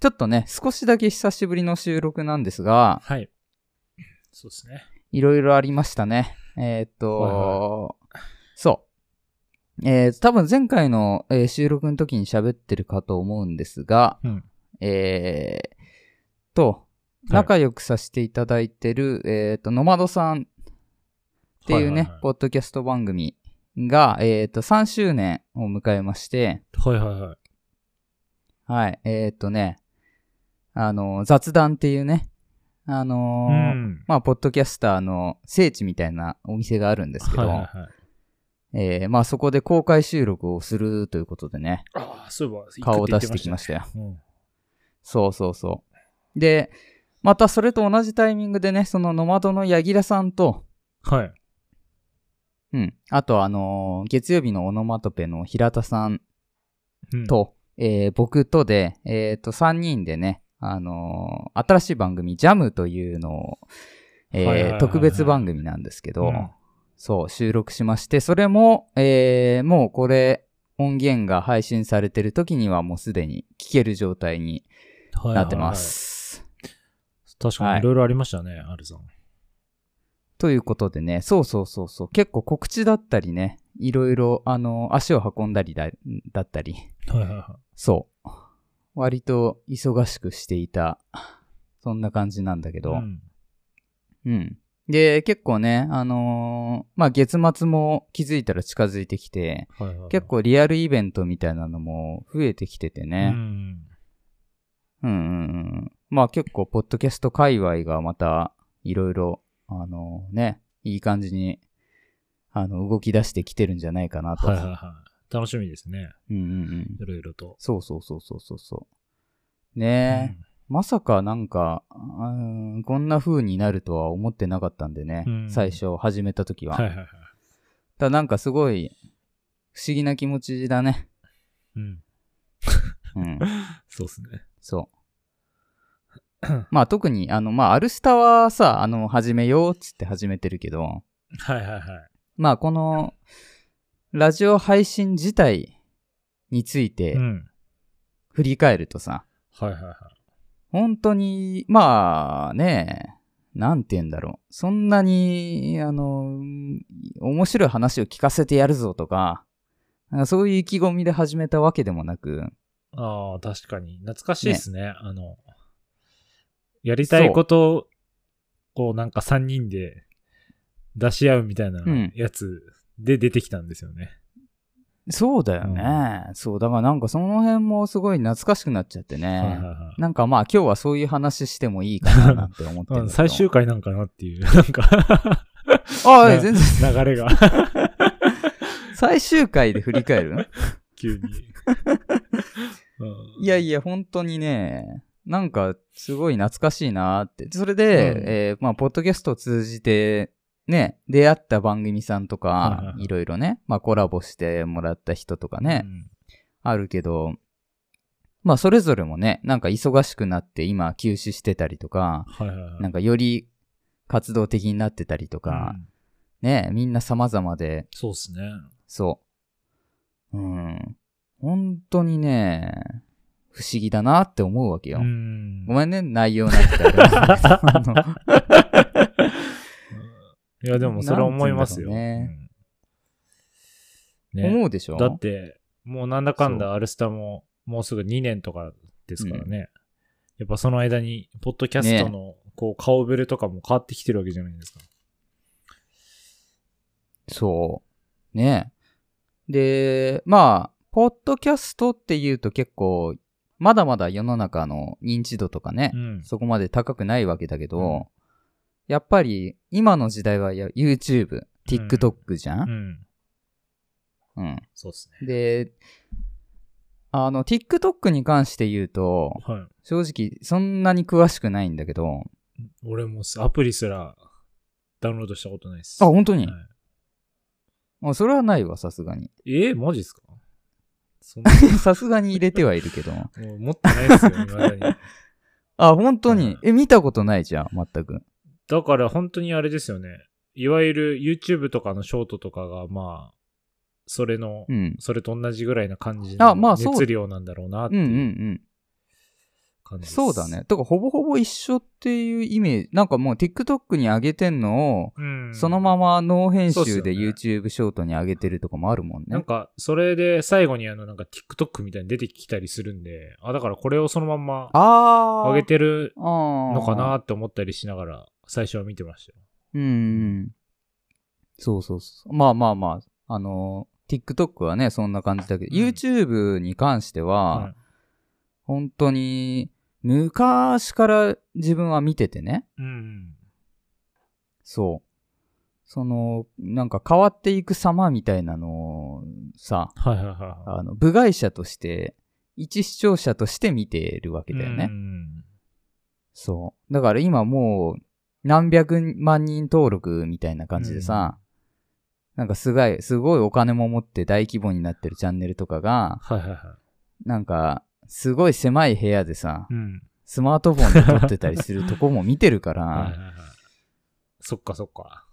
ちょっとね、少しだけ久しぶりの収録なんですが、 はい。そうですね。 いろいろありましたね。そう。多分前回の、収録の時に喋ってるかと思うんですが、 うん。 仲良くさせていただいてる、ノマドさんっていうね、ポッドキャスト番組が、3周年を迎えまして、 はいはいはい。 はい、雑談っていうね、まあ、ポッドキャスターの聖地みたいなお店があるんですけど、 はいはいはい。 まあそこで公開収録をするということでね、 そういえば顔を出してきましたよ。 うん、 そうそうそう。で、またそれと同じタイミングでね、そのノマドの柳楽さんと、 はい。 うん。あと月曜日のオノマトペの平田さんと、僕とで、3人でね、新しい番組、ジャムというのを、特別番組なんですけど、そう、収録しまして、それも、もうこれ、音源が配信されてる時にはもうすでに聞ける状態になってます。 はいはいはい、確かにいろいろありましたね、Rさん。 ということでね、そう、結構告知だったりね、いろいろ、足を運んだりだったり、 はいはいはい。 そう。割と忙しくしていた、そんな感じなんだけど、うん。で、結構ね、まあ、月末も気づいたら近づいてきて、 はいはいはい、 結構リアルイベントみたいなのも増えてきててね。まあ結構、ポッドキャスト界隈がまた、いろいろ、ね、いい感じに、動き出してきてるんじゃないかなと。 はいはいはい。楽しみですね。いろいろと。 そう。ねえ、まさかなんか、こんな風になるとは思ってなかったんでね。最初始めた時は。 はいはいはい。 ただなんかすごい、不思議な気持ちだね。 うん。そうっすね。 そう。まあ特に、まあアルスタはさ、始めようっつって始めてるけど。 はいはいはい。 まあこの、ラジオ配信自体について、振り返るとさ、 はいはいはい。 本当に、まあね、なんて言うんだろう。そんなに、面白い話を聞かせてやるぞとか、そういう意気込みで始めたわけでもなく。 ああ、確かに。懐かしいですね。やりたいことをなんか3人で出し合うみたいなやつで出てきたんですよね。 そうだよね。そう、だからなんかその辺もすごい懐かしくなっちゃってね。なんかまあ今日はそういう話してもいいかななんて思ってる最終回なんかなっていう、なんか全然流れが。 最終回で振り返る急に。 いやいや、本当にね、なんかすごい懐かしいなって。それで、まあ、ポッドキャストを通じて、ね、出会った番組さんとか、いろいろね、まあコラボしてもらった人とかね、あるけど、まあそれぞれもね、なんか忙しくなって今休止してたりとか、なんかより活動的になってたりとか、ね、みんな様々で。 そうっすね。 そう。本当にね、不思議だなって思うわけよ。ごめんね、内容なくていや、でもそれ思いますよ。 ね、思うでしょ？ だって、もうなんだかんだアルスタももうすぐ2年とかですからね。やっぱその間に、ポッドキャストのこう顔ぶれとかも変わってきてるわけじゃないですか。 そう。ね。で、まあ、ポッドキャストっていうと結構、まだまだ世の中の認知度とかね、そこまで高くないわけだけど、やっぱり今の時代はYouTube、TikTok じゃん？ そうですね。 で、TikTok に関して言うと、正直そんなに詳しくないんだけど、 俺もアプリすらダウンロードしたことないです。 本当に？それはないわ、さすがに。 マジですか？ さすがに入れてはいるけど。 もう持ってないですよ、未だに。 本当に？見たことないじゃん、全く。 だから本当にあれですよね。いわゆる YouTube とかのショートとかが、まあ、それと同じぐらいな感じの熱量なんだろうなっていう感じです。 そうだね。だからほぼほぼ一緒っていうイメージ。なんかもう TikTok に上げてんのを、そのままノー編集で YouTube ショートに上げてるとかもあるもんね。 なんか、それで最後になんか TikTok みたいに出てきたりするんで、だからこれをそのまま上げてるのかなって思ったりしながら、最初は見てましたよ。 そうそうそう。まあ、TikTok はね、そんな感じだけど、YouTube に関しては、本当に、昔から自分は見ててね。そう。なんか変わっていく様みたいなのをさ、部外者として、一視聴者として見てるわけだよね。そう。だから今もう、何百万人登録みたいな感じでさ、なんかすごいお金も持って大規模になってるチャンネルとかが、なんか、すごい狭い部屋でさ、スマートフォンで撮ってたりするとこも見てるから、 そっかそっか。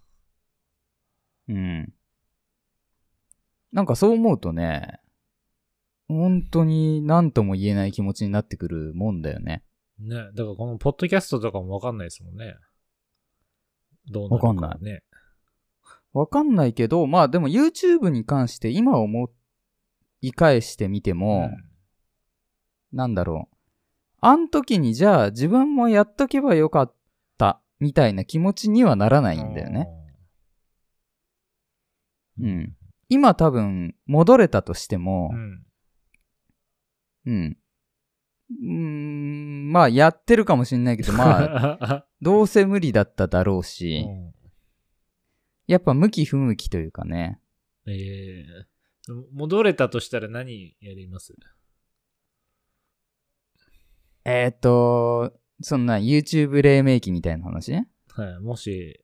なんかそう思うとね、本当に何とも言えない気持ちになってくるもんだよね。 ね、だからこのポッドキャストとかもわかんないですもんね。どうなるかね。わかんない。 わかんないけど、まあでも YouTube に関して今思い返してみても、なんだろう。あん時にじゃあ自分もやっとけばよかったみたいな気持ちにはならないんだよね。今多分戻れたとしても、まあやってるかもしれないけど、まあ、どうせ無理だっただろうし、やっぱ向き不向きというかね。 戻れたとしたら何やります？ そんな YouTube 黎明期みたいな話？ もし、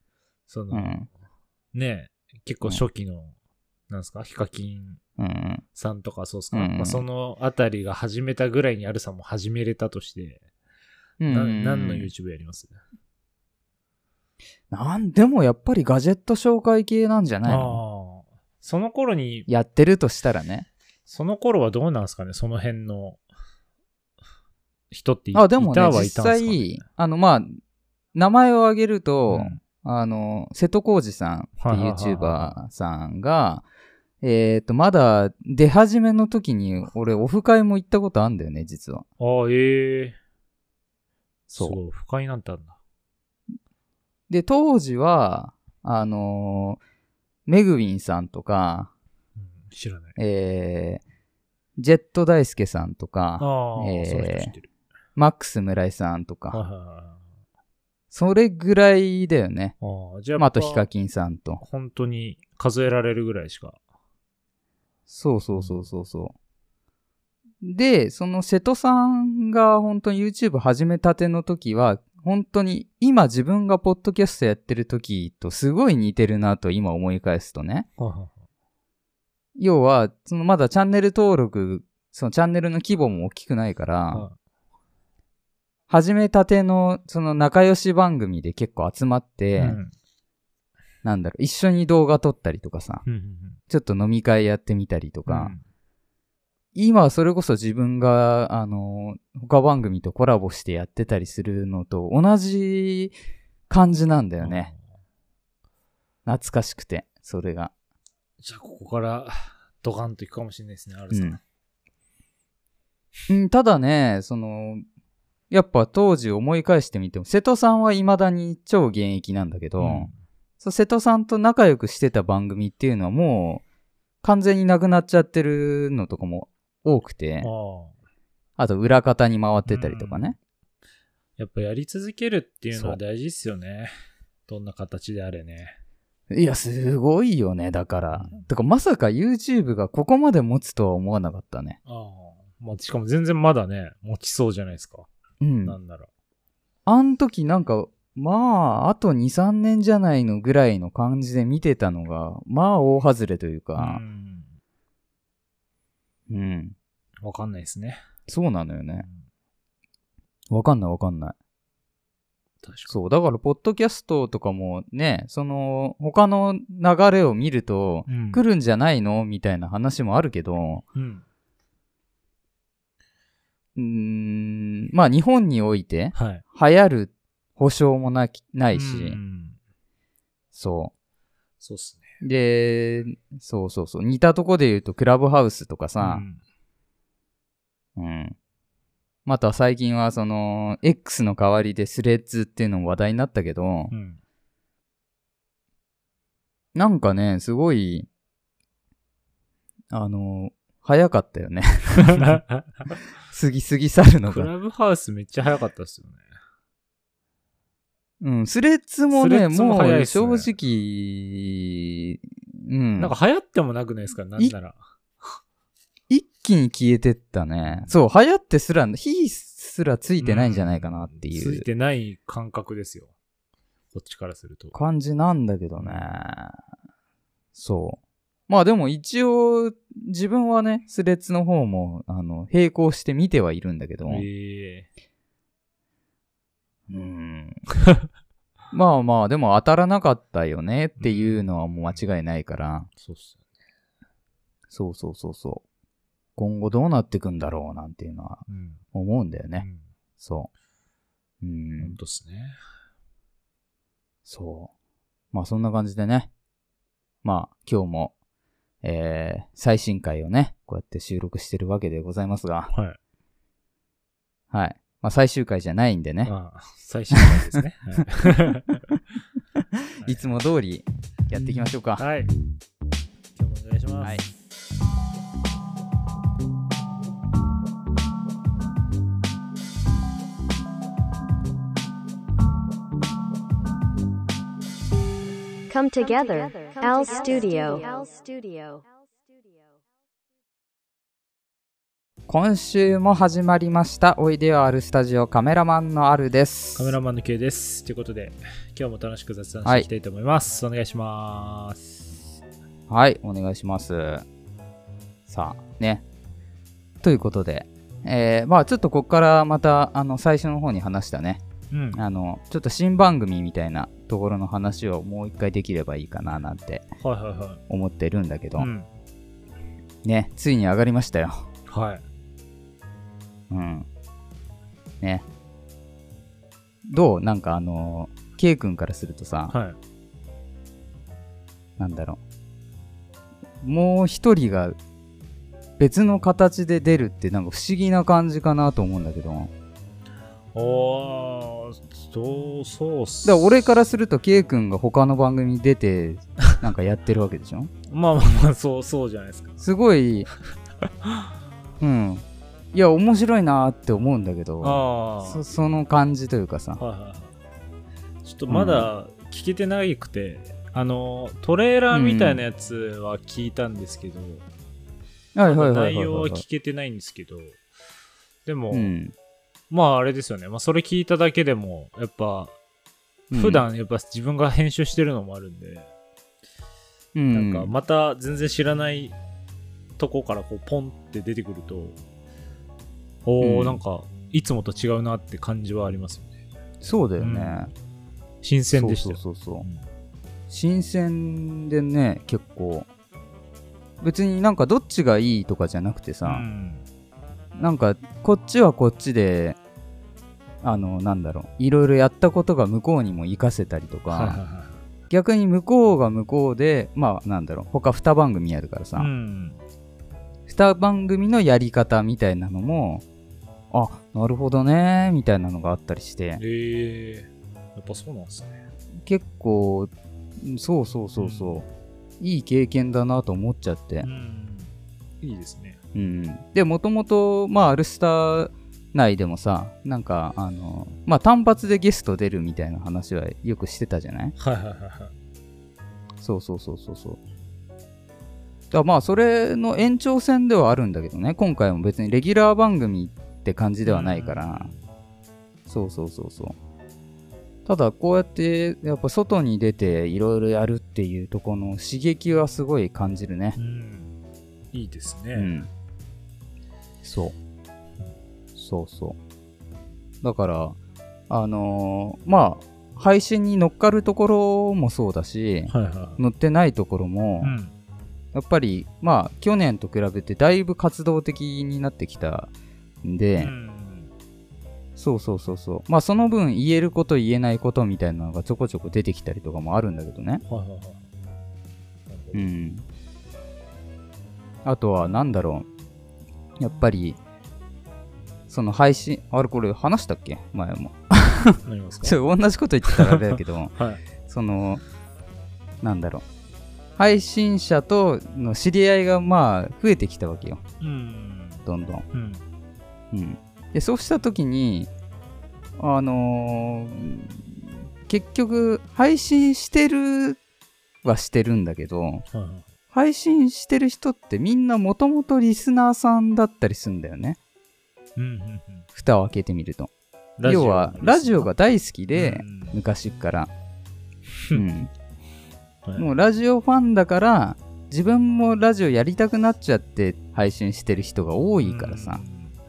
ね、結構初期の、なんですか、ヒカキンさんとかそうっすか、そのあたりが始めたぐらいにあるさんも始めれたとして、何の YouTube やります？ でもやっぱりガジェット紹介系なんじゃないの？ その頃に。 やってるとしたらね。 その頃はどうなんですかね、その辺の人っていたでもね、実際、まあ、名前を挙げると、瀬戸康史さんって YouTuber さんが、まだ出始めの時に、俺オフ会も行ったことあるんだよね、実は。 そう。オフ会なんてあるんだ。 で、当時は、メグウィンさんとか、 知らない。 ジェット大輔さんとか、 その人知ってる。 マックス村井さんとか、それぐらいだよね。あとヒカキンさんと。 本当に数えられるぐらいしか。 そう。で、その瀬戸さんが本当に YouTube 始めたての時は、本当に今自分がポッドキャストやってる時とすごい似てるなと今思い返すとね。要は、まだチャンネル登録、そのチャンネルの規模も大きくないから、始めたてのその仲良し番組で結構集まって、なんだろう、一緒に動画撮ったりとかさ、ちょっと飲み会やってみたりとか、今はそれこそ自分が、他番組とコラボしてやってたりするのと同じ感じなんだよね。懐かしくて、それが。 じゃあ、ここからドカンといくかもしれないですね、Rさん。ただね、やっぱ当時思い返してみても、瀬戸さんは未だに超現役なんだけど、瀬戸さんと仲良くしてた番組っていうのはもう完全になくなっちゃってるのとかも多くて、あと裏方に回ってたりとかね。 やっぱやり続けるっていうのは大事っすよね。どんな形であれね。 いや、すごいよね、だから。だからまさか YouTube がここまで持つとは思わなかったね。 しかも全然まだね、持ちそうじゃないですか。なんなら。 あん時なんか、まあ、あと2、3年じゃないのぐらいの感じで見てたのが、まあ、大外れというか。 わかんないですね。 そうなのよね。わかんない。 確かそう、だからポッドキャストとかもね、他の流れを見ると、来るんじゃないのみたいな話もあるけど、 まあ日本において流行る保証もないし、そう。 そうっすね。で、そう。似たとこで言うとクラブハウスとかさ、また最近はその X の代わりでスレッズっていうのも話題になったけど、なんかね、すごい、早かったよね。過ぎ去るのが。 クラブハウスめっちゃ早かったっすよね。スレッズもね、もう正直、 なんか流行ってもなくないですか、なんなら。 一気に消えてったね。そう、流行ってすら、火すらついてないんじゃないかなっていう。 ついてない感覚ですよ。こっちからすると。 感じなんだけどね。そう。まあでも一応、自分はね、スレッズの方も、並行して見てはいるんだけど。まあまあ、でも当たらなかったよねっていうのはもう間違いないから。 そうっすよね。 そう。今後どうなっていくんだろうなんていうのは思うんだよね。そう。 本当っすね。 そう。まあそんな感じでね。まあ今日も、最新回をね、こうやって収録してるわけでございますが。はい。まあ最終回じゃないんでね。 最終回ですね。 いつも通りやっていきましょうか。 はい。今日もお願いします。はい。 Come together, Al Studio. 今週も始まりました。おいでよアルスタジオ、カメラマンのアルです。 カメラマンの K です。ということで、今日も楽しく雑談していきたいと思います。はい、お願いします。 はい、お願いします。さあ、ね。ということで、まあちょっとここからまた、最初の方に話したね。ちょっと新番組みたいなところの話をもう一回できればいいかななんて思ってるんだけど、ね、ついに上がりましたよ。 はい。 ね。どう？なんかK 君からするとさ、なんだろう。もう一人が別の形で出るってなんか不思議な感じかなと思うんだけど。 そうっす。 だから俺からすると K 君が他の番組に出てなんかやってるわけでしょ。 まあそうじゃないですか。 すごいいや面白いなって思うんだけど、その感じというかさ、 ちょっとまだ聞けてなくて、トレーラーみたいなやつは聞いたんですけど、内容は聞けてないんですけど、でも、まああれですよね。まあそれ聞いただけでもやっぱ普段やっぱ自分が編集してるのもあるんで、なんかまた全然知らないとこからこうポンって出てくると、なんかいつもと違うなって感じはありますよね。 そうだよね。 新鮮でしたよ。 そう。新鮮でね、結構別になんかどっちがいいとかじゃなくてさ。なんかこっちはこっちでなんだろう、いろいろやったことが向こうにも活かせたりとか、逆に向こうが向こうで、まあなんだろう、他2番組やるからさ、2番組のやり方みたいなのも、あ、なるほどねみたいなのがあったりして、 やっぱそうなんですね。 結構そういい経験だなと思っちゃって、 いいですね。 でもともとまあアルスター内でもさ、なんかまあ単発でゲスト出るみたいな話はよくしてたじゃない？そうだからまあそれの延長線ではあるんだけどね、今回も別にレギュラー番組って感じではないから、そうただこうやってやっぱ外に出ていろいろやるっていうところの刺激はすごい感じるね。 いいですね。 そうだからまあ配信に乗っかるところもそうだし、乗ってないところも、やっぱりまあ去年と比べてだいぶ活動的になってきたんで、そうそうそうそう。まあその分言えること言えないことみたいなのがちょこちょこ出てきたりとかもあるんだけどね。 はいはいはい。 うん。あとはなんだろう。やっぱり、その配信、あれこれ話したっけ前も。 何ですか？ 同じこと言ってたらあれだけど、 はい。 その、なんだろう。配信者との知り合いがまあ増えてきたわけよ。どんどん。で、そうしたときに、結局、配信してるはしてるんだけど、配信してる人ってみんなもともとリスナーさんだったりするんだよね。蓋を開けてみると。要は、ラジオが大好きで、昔から。もうラジオファンだから、自分もラジオやりたくなっちゃって配信してる人が多いからさ。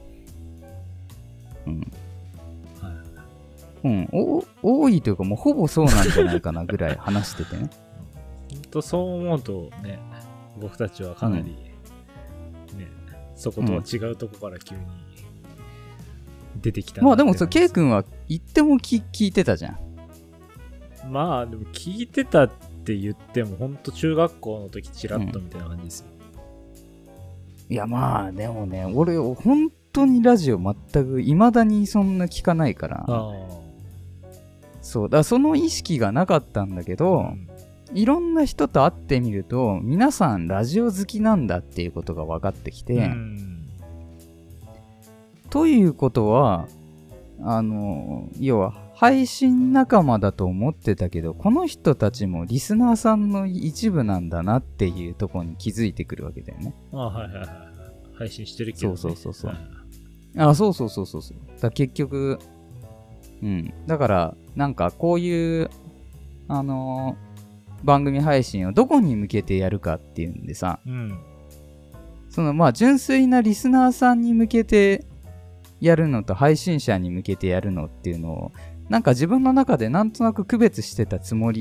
多いというかもうほぼそうなんじゃないかなぐらい話しててね。 ほんとそう思うとね、僕たちはかなり、ね、そことは違うとこから急に出てきた。 まあでもさ、K 君は言っても聞いてたじゃん。 まあでも聞いてたって言ってもほんと中学校の時チラッとみたいな感じですよ。 いやまあでもね、俺本当にラジオ全く未だにそんな聞かないから。そうだ、その意識がなかったんだけど、いろんな人と会ってみると皆さんラジオ好きなんだっていうことが分かってきて、ということは要は配信仲間だと思ってたけど、この人たちもリスナーさんの一部なんだなっていうところに気づいてくるわけだよね。 配信してるけど、ね、 そう。そう。だ結局、だからなんかこういう番組配信をどこに向けてやるかっていうんでさ、そのまあ純粋なリスナーさんに向けてやるのと配信者に向けてやるのっていうのをなんか自分の中でなんとなく区別してた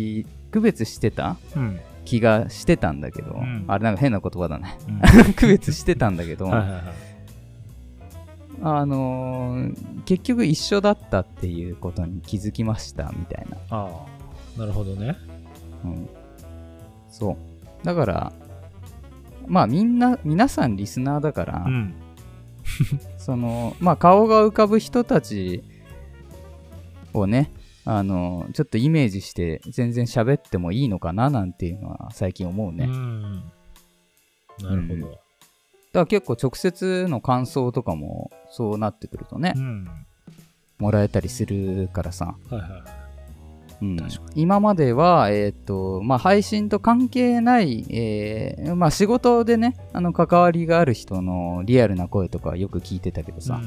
気がしてたんだけど、あれなんか変な言葉だね、区別してたんだけど、結局一緒だったっていうことに気づきましたみたいな。 なるほどね。 そうだからまあ皆さんリスナーだから、そのまあ顔が浮かぶ人たちをね、ちょっとイメージして全然喋ってもいいのかななんていうのは最近思うね。 なるほど。 だから結構直接の感想とかもそうなってくるとね、もらえたりするからさ。今まではまあ配信と関係ない、まあ仕事でね関わりがある人のリアルな声とかよく聞いてたけどさ。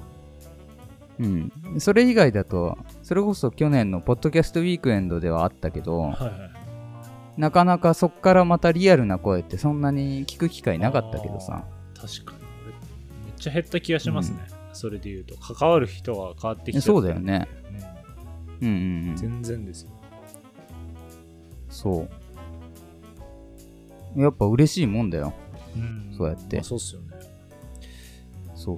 それ以外だとそれこそ去年のポッドキャストウィークエンドではあったけど、なかなかそっからまたリアルな声ってそんなに聞く機会なかったけどさ。 確かにめっちゃ減った気がしますね、それで言うと関わる人が変わってきちゃって。 そうだよね。 全然ですよ。 そうやっぱ嬉しいもんだよ、そうやって。 そうっすよね。 そう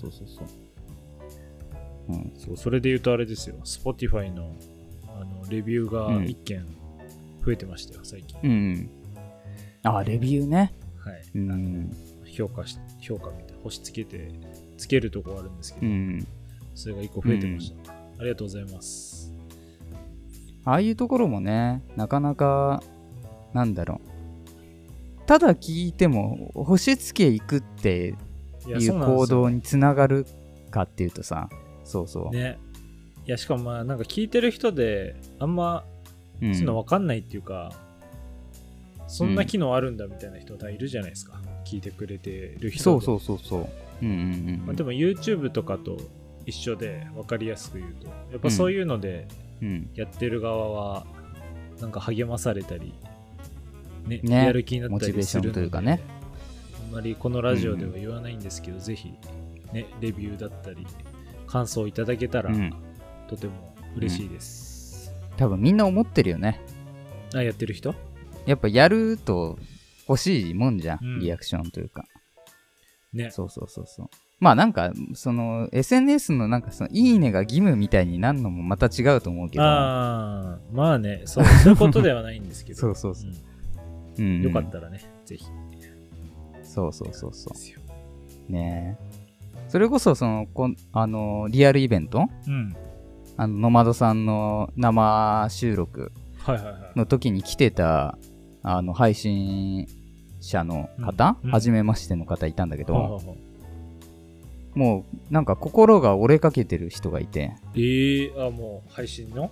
それで言うとあれですよ、Spotify のレビューが1件増えてましたよ、最近。 レビューね。 評価みたいな星つけるとこあるんですけど、それが1個増えてました。ありがとうございます。 ああいうところもね、なかなかなんだろう、ただ聞いても星つけいくっていう行動につながるかっていうとさ、 ね。いやしかもまあなんか聞いてる人であんまそういうの分かんないっていうか、そんな機能あるんだみたいな人がいるじゃないですか、聞いてくれてる人で。でも YouTube とかと一緒で分かりやすく言うと、やっぱそういうのでやってる側はなんか励まされたりね、やる気になったりするので、モチベーションというかね、あんまりこのラジオでは言わないんですけど、ぜひねレビューだったり感想いただけたら、とても嬉しいです。 多分みんな思ってるよね。 やってる人やっぱやると欲しいもんじゃん、リアクションというかね。 まあなんかその SNS のなんかそのいいねが義務みたいになるのもまた違うと思うけど、 ああ、まあね、そういうことではないんですけど。 そうそうそう、 うん、よかったらね、ぜひ。 そうねえ、それこそそのリアルイベント、 うん、 ノマドさんの生収録の時に来てた配信者の方、初めましての方いたんだけど、もうなんか心が折れかけてる人がいて、 もう配信の、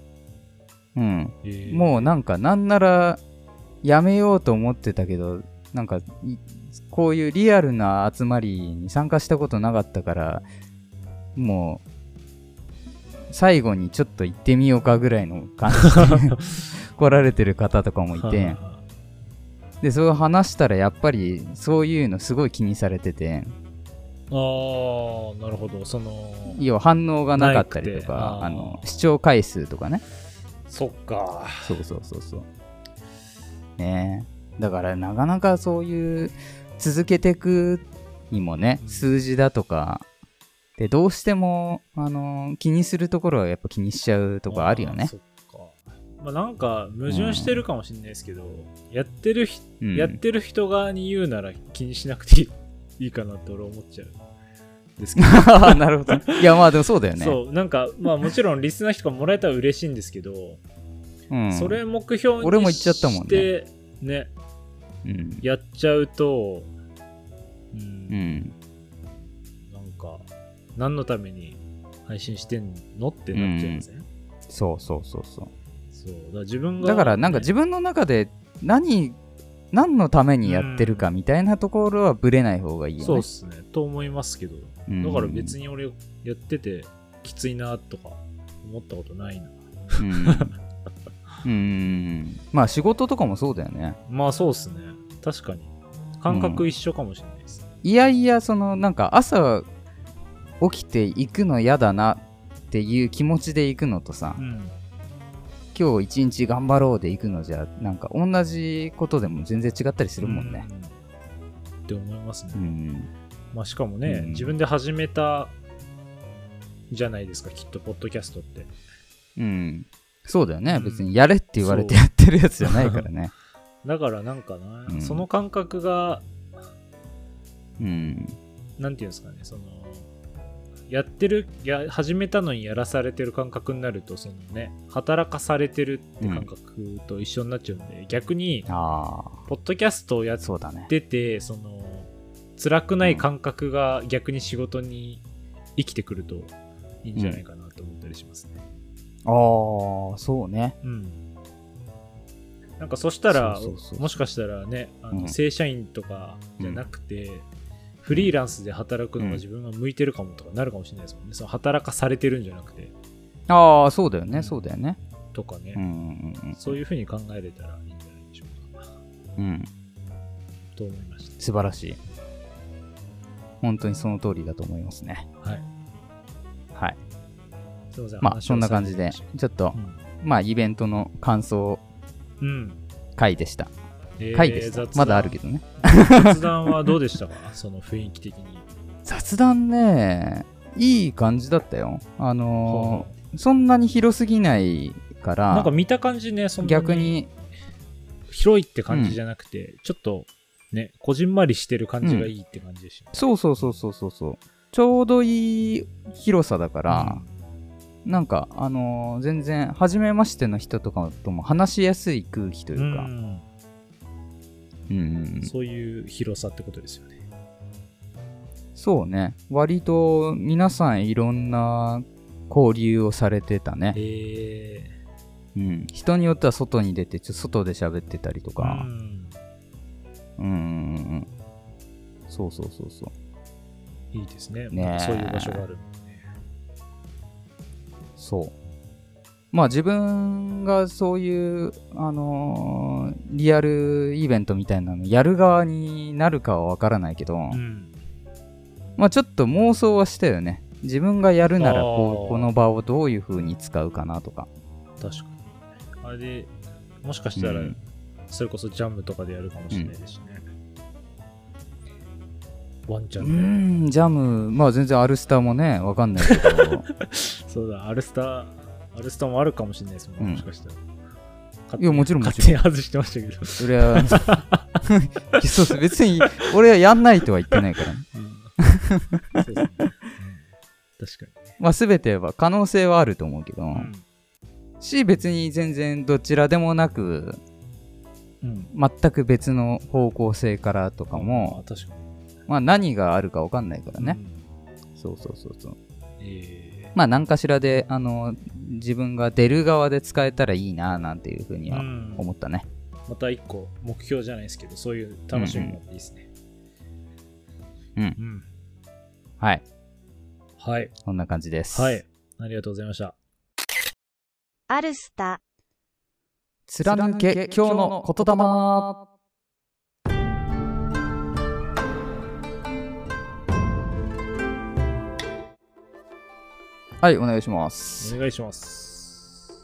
もうなんならやめようと思ってたけど、なんかこういうリアルな集まりに参加したことなかったから、もう最後にちょっと行ってみようかぐらいの感じで来られてる方とかもいてで、それを話したらやっぱりそういうのすごい気にされてて、 なるほど、その要は反応がなかったりとか、視聴回数とかね。 そっか。 そうねえ、だからなかなかそういう続けていくにもね、数字だとかでどうしても気にするところはやっぱ気にしちゃうとこあるよね。 そっか。まあなんか矛盾してるかもしれないですけど、やってる人側に言うなら気にしなくていいかなって俺思っちゃうですけど。 なるほど。いやまあでもそうだよね。 そう、なんかまあもちろんリスナー人がもらえたら嬉しいんですけど、それ目標にして俺も言っちゃったもんね、やっちゃうと、なんか何のために配信してんのってなっちゃいません？ そうだからなんか自分の中で何のためにやってるかみたいなところはブレない方がいいよね。 そうっすねと思いますけど、だから別に俺やっててきついなとか思ったことないな。 まあ仕事とかもそうだよね。 まあそうっすね、確かに感覚一緒かもしれないです、 いやいや、そのなんか朝起きて行くの嫌だなっていう気持ちで行くのとさ、今日一日頑張ろうで行くのじゃなんか同じことでも全然違ったりするもんね。 って思いますね。まあしかもね、自分で始めたじゃないですか、きっとポッドキャストって。 そうだよね、別にやれって言われてやってるやつじゃないからね。 だからなんかな、その感覚がなんていうんですかね、その始めたのにやらされてる感覚になると、そのね、働かされてるって感覚と一緒になっちゃうんで、逆にポッドキャストをやってて、その辛くない感覚が逆に仕事に生きてくるといいんじゃないかなと思ったりしますね。 そうね。 なんかそしたらもしかしたらね、正社員とかじゃなくて、フリーランスで働くのが自分が向いてるかもとかなるかもしれないですもんね。その働かされてるんじゃなくて。 そうだよね、そうだよね。 とかね、そういうふうに考えれたらいいんじゃないでしょうか。と思いました。 素晴らしい。本当にその通りだと思いますね。はい。 すいません。 まあそんな感じでちょっと、まあイベントの感想回でした。回でした。まだあるけどね。 雑談はどうでしたか？その雰囲気的に。 雑談ね、いい感じだったよ。そんなに広すぎないから。 なんか見た感じね、そんなに逆に広いって感じじゃなくて、ちょっとね、こじんまりしてる感じがいいって感じでした、 そう。ちょうどいい広さだから、なんか全然初めましての人とかとも話しやすい空気というか。 そういう広さってことですよね。 そうね、割と皆さんいろんな交流をされてたね。人によっては外に出て外で喋ってたりとか。そう。 いいですね。そういう場所があるのね。 そう。まあ自分がそういうリアルイベントみたいなのやる側になるかはわからないけど、まあちょっと妄想はしたよね。自分がやるならこの場をどういう風に使うかなとか。 確かに。あれでもしかしたら、それこそジャムとかでやるかもしれないですしね。 ワンチャン。 ジャム、まあ全然アルスターもね、わかんないけど。 そうだ、アルスターもあるかもしれないですもん、もしかしたら。 いや、もちろん勝手に外してましたけど。 それは、そうそう、別に、俺はやんないとは言ってないからね。 そうですね。確かに。 まあ全ては可能性はあると思うけど、し、別に全然どちらでもなく、全く別の方向性からとかも、 確かに。 まあ何があるか分かんないからね。そうそうそうそう。まあ何かしらで、自分が出る側で使えたらいいななんていうふうには思ったね。 また一個目標じゃないですけど、そういう楽しみもあっていいですね。 はい。 はい。 こんな感じです。 はい。ありがとうございました。 アルスタ。 貫け今日の言霊。はい、お願いします。 お願いします。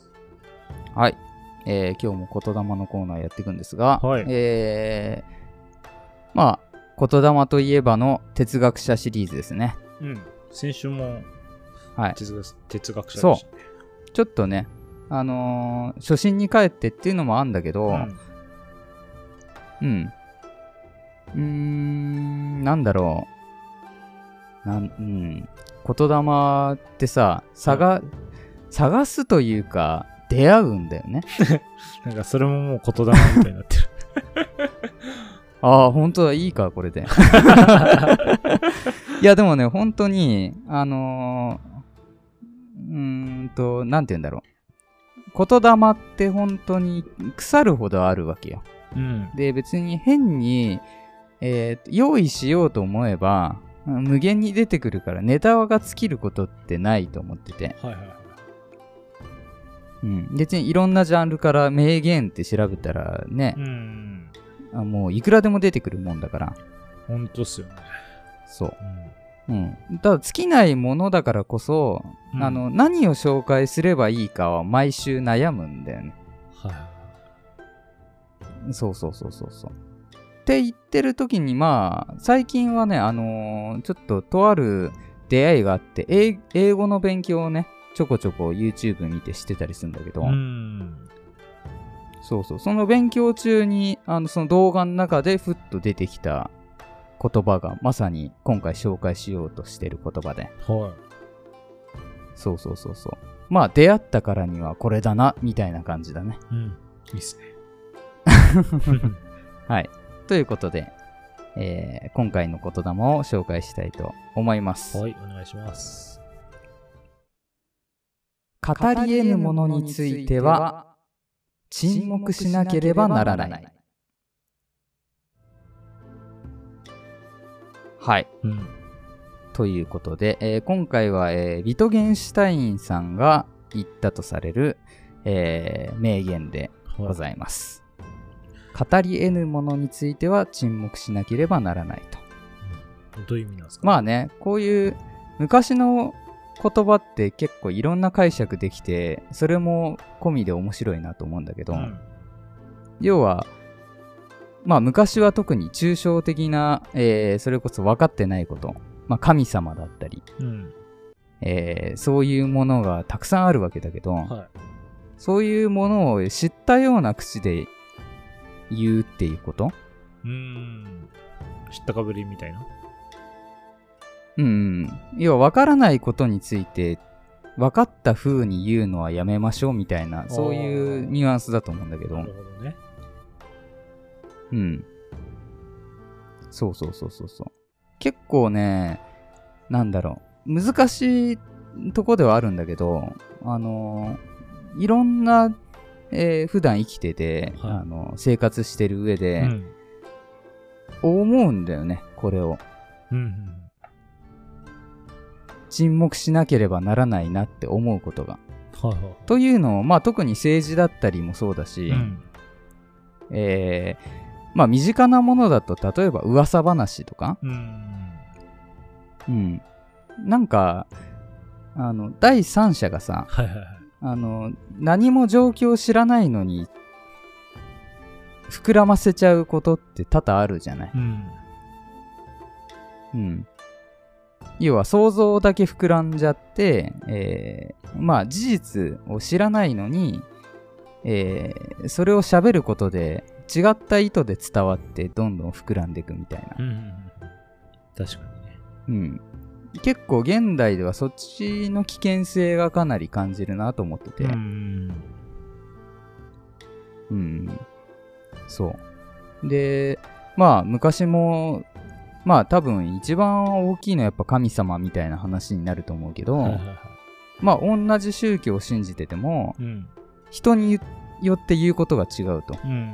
はい。今日も言霊のコーナーやっていくんですが、 はい。 まあ、言霊といえばの哲学者シリーズですね。 先週も、 はい、 哲学者でしたね。 そう。ちょっとね、初心に帰ってっていうのもあるんだけど、なんだろう。言霊ってさ、探すというか、出会うんだよね。 なんかそれももう言霊みたいになってる。 ああ、本当だ、いいか、これで。いや、でもね、本当に、なんて言うんだろう。言霊って本当に腐るほどあるわけよ。で、別に変に、用意しようと思えば、無限に出てくるからネタが尽きることってないと思ってて。別にいろんなジャンルから名言って調べたらね、もういくらでも出てくるもんだから。 本当っすよね。 そう。ただ尽きないものだからこそ、何を紹介すればいいかは毎週悩むんだよね。そう。って言ってる時に、まあ最近はね、ちょっととある出会いがあって、英語の勉強をね、ちょこちょこ YouTube 見てしてたりするんだけど、その勉強中にその動画の中でふっと出てきた言葉がまさに今回紹介しようとしてる言葉で、そう。まあ出会ったからにはこれだなみたいな感じだね。 いいっすね。 はい。ということで、今回の言霊を紹介したいと思います。 はい、お願いします。 語り得ぬものについては沈黙しなければならない。はい。ということで、今回は、ビトゲンシュタインさんが言ったとされる、名言でございます。語り得ぬものについては沈黙しなければならないと。 どういう意味なんですか？ まあね、こういう昔の言葉って結構いろんな解釈できて、それも込みで面白いなと思うんだけど、要は、まあ昔は特に抽象的な、それこそ分かってないこと、まあ神様だったり、そういうものがたくさんあるわけだけど、そういうものを知ったような口で言うっていうこと？ 知ったかぶりみたいな？ 要は分からないことについて分かった風に言うのはやめましょうみたいな、そういうニュアンスだと思うんだけど。 なるほどね。 そう。結構ね、なんだろう、難しいとこではあるんだけど、いろんな、普段生きてて、生活してる上で、思うんだよね、これを。沈黙しなければならないなって思うことが。というのを、まあ特に政治だったりもそうだし、まあ身近なものだと、例えば噂話とか、なんか、第三者がさ、何も状況を知らないのに、膨らませちゃうことって多々あるじゃない。 要は想像だけ膨らんじゃって、まあ事実を知らないのに、それを喋ることで違った意図で伝わってどんどん膨らんでいくみたいな。 確かにね。 結構現代ではそっちの危険性がかなり感じるなと思ってて。そう。で、まあ昔も、まあ多分一番大きいのはやっぱ神様みたいな話になると思うけど、まあ同じ宗教を信じてても、人によって言うことが違うと。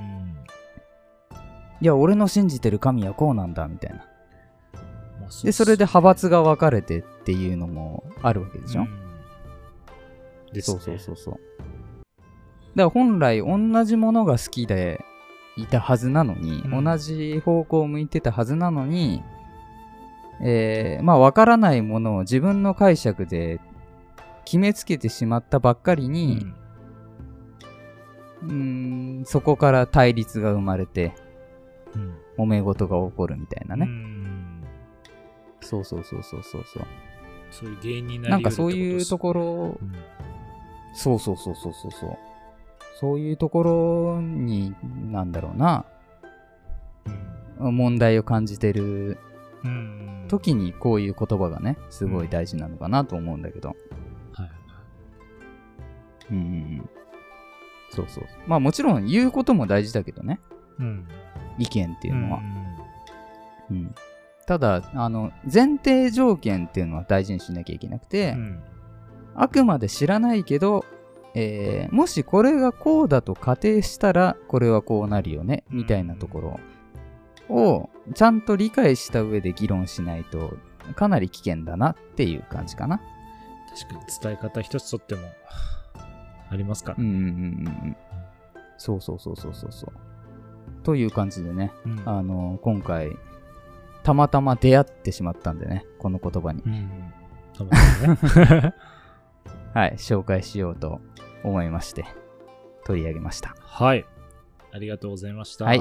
いや、俺の信じてる神はこうなんだみたいな。で、それで派閥が分かれてっていうのもあるわけでしょ。そう。だから本来同じものが好きでいたはずなのに、同じ方向を向いてたはずなのに、まあ分からないものを自分の解釈で決めつけてしまったばっかりに、そこから対立が生まれて、揉め事が起こるみたいなね。そう。そういう原因になりうるってことです。 なんかそういうところ、そう。そういうところに、なんだろうな、問題を感じてる時にこういう言葉がね、すごい大事なのかなと思うんだけど。そう。まあもちろん言うことも大事だけどね。意見っていうのは。ただ、前提条件っていうのは大事にしなきゃいけなくて、あくまで知らないけど、もしこれがこうだと仮定したら、これはこうなるよね、みたいなところを、ちゃんと理解した上で議論しないと、かなり危険だなっていう感じかな。 確かに伝え方一つとっても、ありますから。 そう。という感じでね、今回、たまたま出会ってしまったんでね、この言葉に。はい、紹介しようと思いまして、取り上げました。 はい。ありがとうございました。 はい。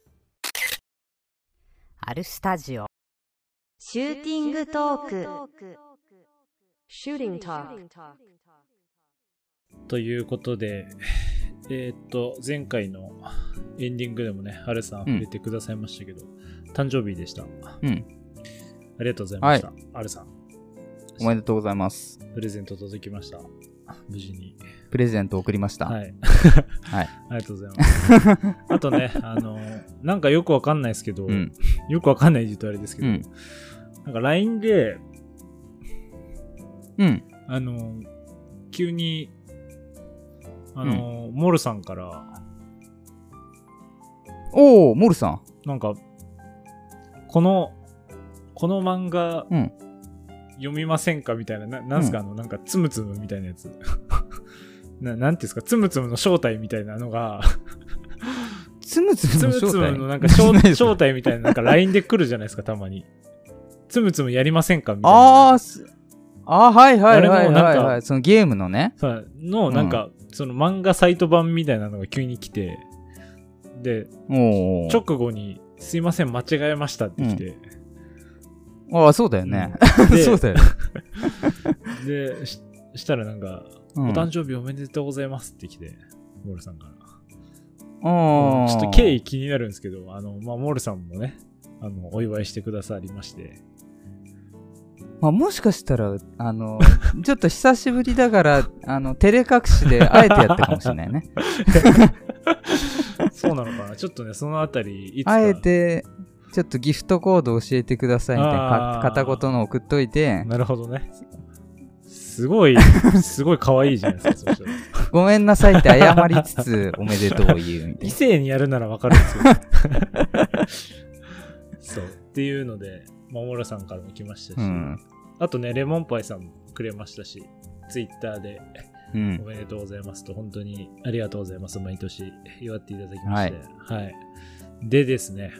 アルスタジオ。シューティングトーク。シューティングトーク。 ということで、前回のエンディングでもね、ハルさん触れてくださいましたけど、誕生日でした。ありがとうございました。ハルさん。 おめでとうございます。 プレゼント届きました。無事に。 プレゼント送りました。 はい。ありがとうございます。あとね、なんかよくわかんないですけど、よくわかんないで言うとあれですけど、なんか LINE で、急に、モルさんから、 モルさん。 なんか、この漫画、読みませんかみたいな、なんすか、なんか、つむつむみたいなやつ。なんていうんですか、つむつむの正体みたいなのが、 つむつむの正体？ つむつむのなんか正体みたいな、なんか LINE で来るじゃないですか、たまに。つむつむやりませんかみたいな。はい。 そのゲームのね。 なんか、その漫画サイト版みたいなのが急に来て、で、直後に、すいません、間違えましたって来て。 そうだよね。そうだよ。 で、したらなんか、お誕生日おめでとうございますって来て、モールさんから。ちょっと経緯気になるんですけど、モールさんもね、お祝いしてくださりまして。 もしかしたら、ちょっと久しぶりだから、照れ隠しであえてやったかもしれないね。 そうなのかな。ちょっとね、そのあたり、いつか。 あえて、ちょっとギフトコード教えてくださいみたいな片言の送っといて。 なるほどね。すごい可愛いじゃないですか、そしたら。 ごめんなさいって謝りつつ、おめでとう言うみたいな。 異性にやるならわかるんですよ。そう。っていうので、モールさんからも来ましたし、あとね、レモンパイさんもくれましたし、ツイッターで、おめでとうございますと、本当にありがとうございます。毎年祝っていただきまして。はい。でですね。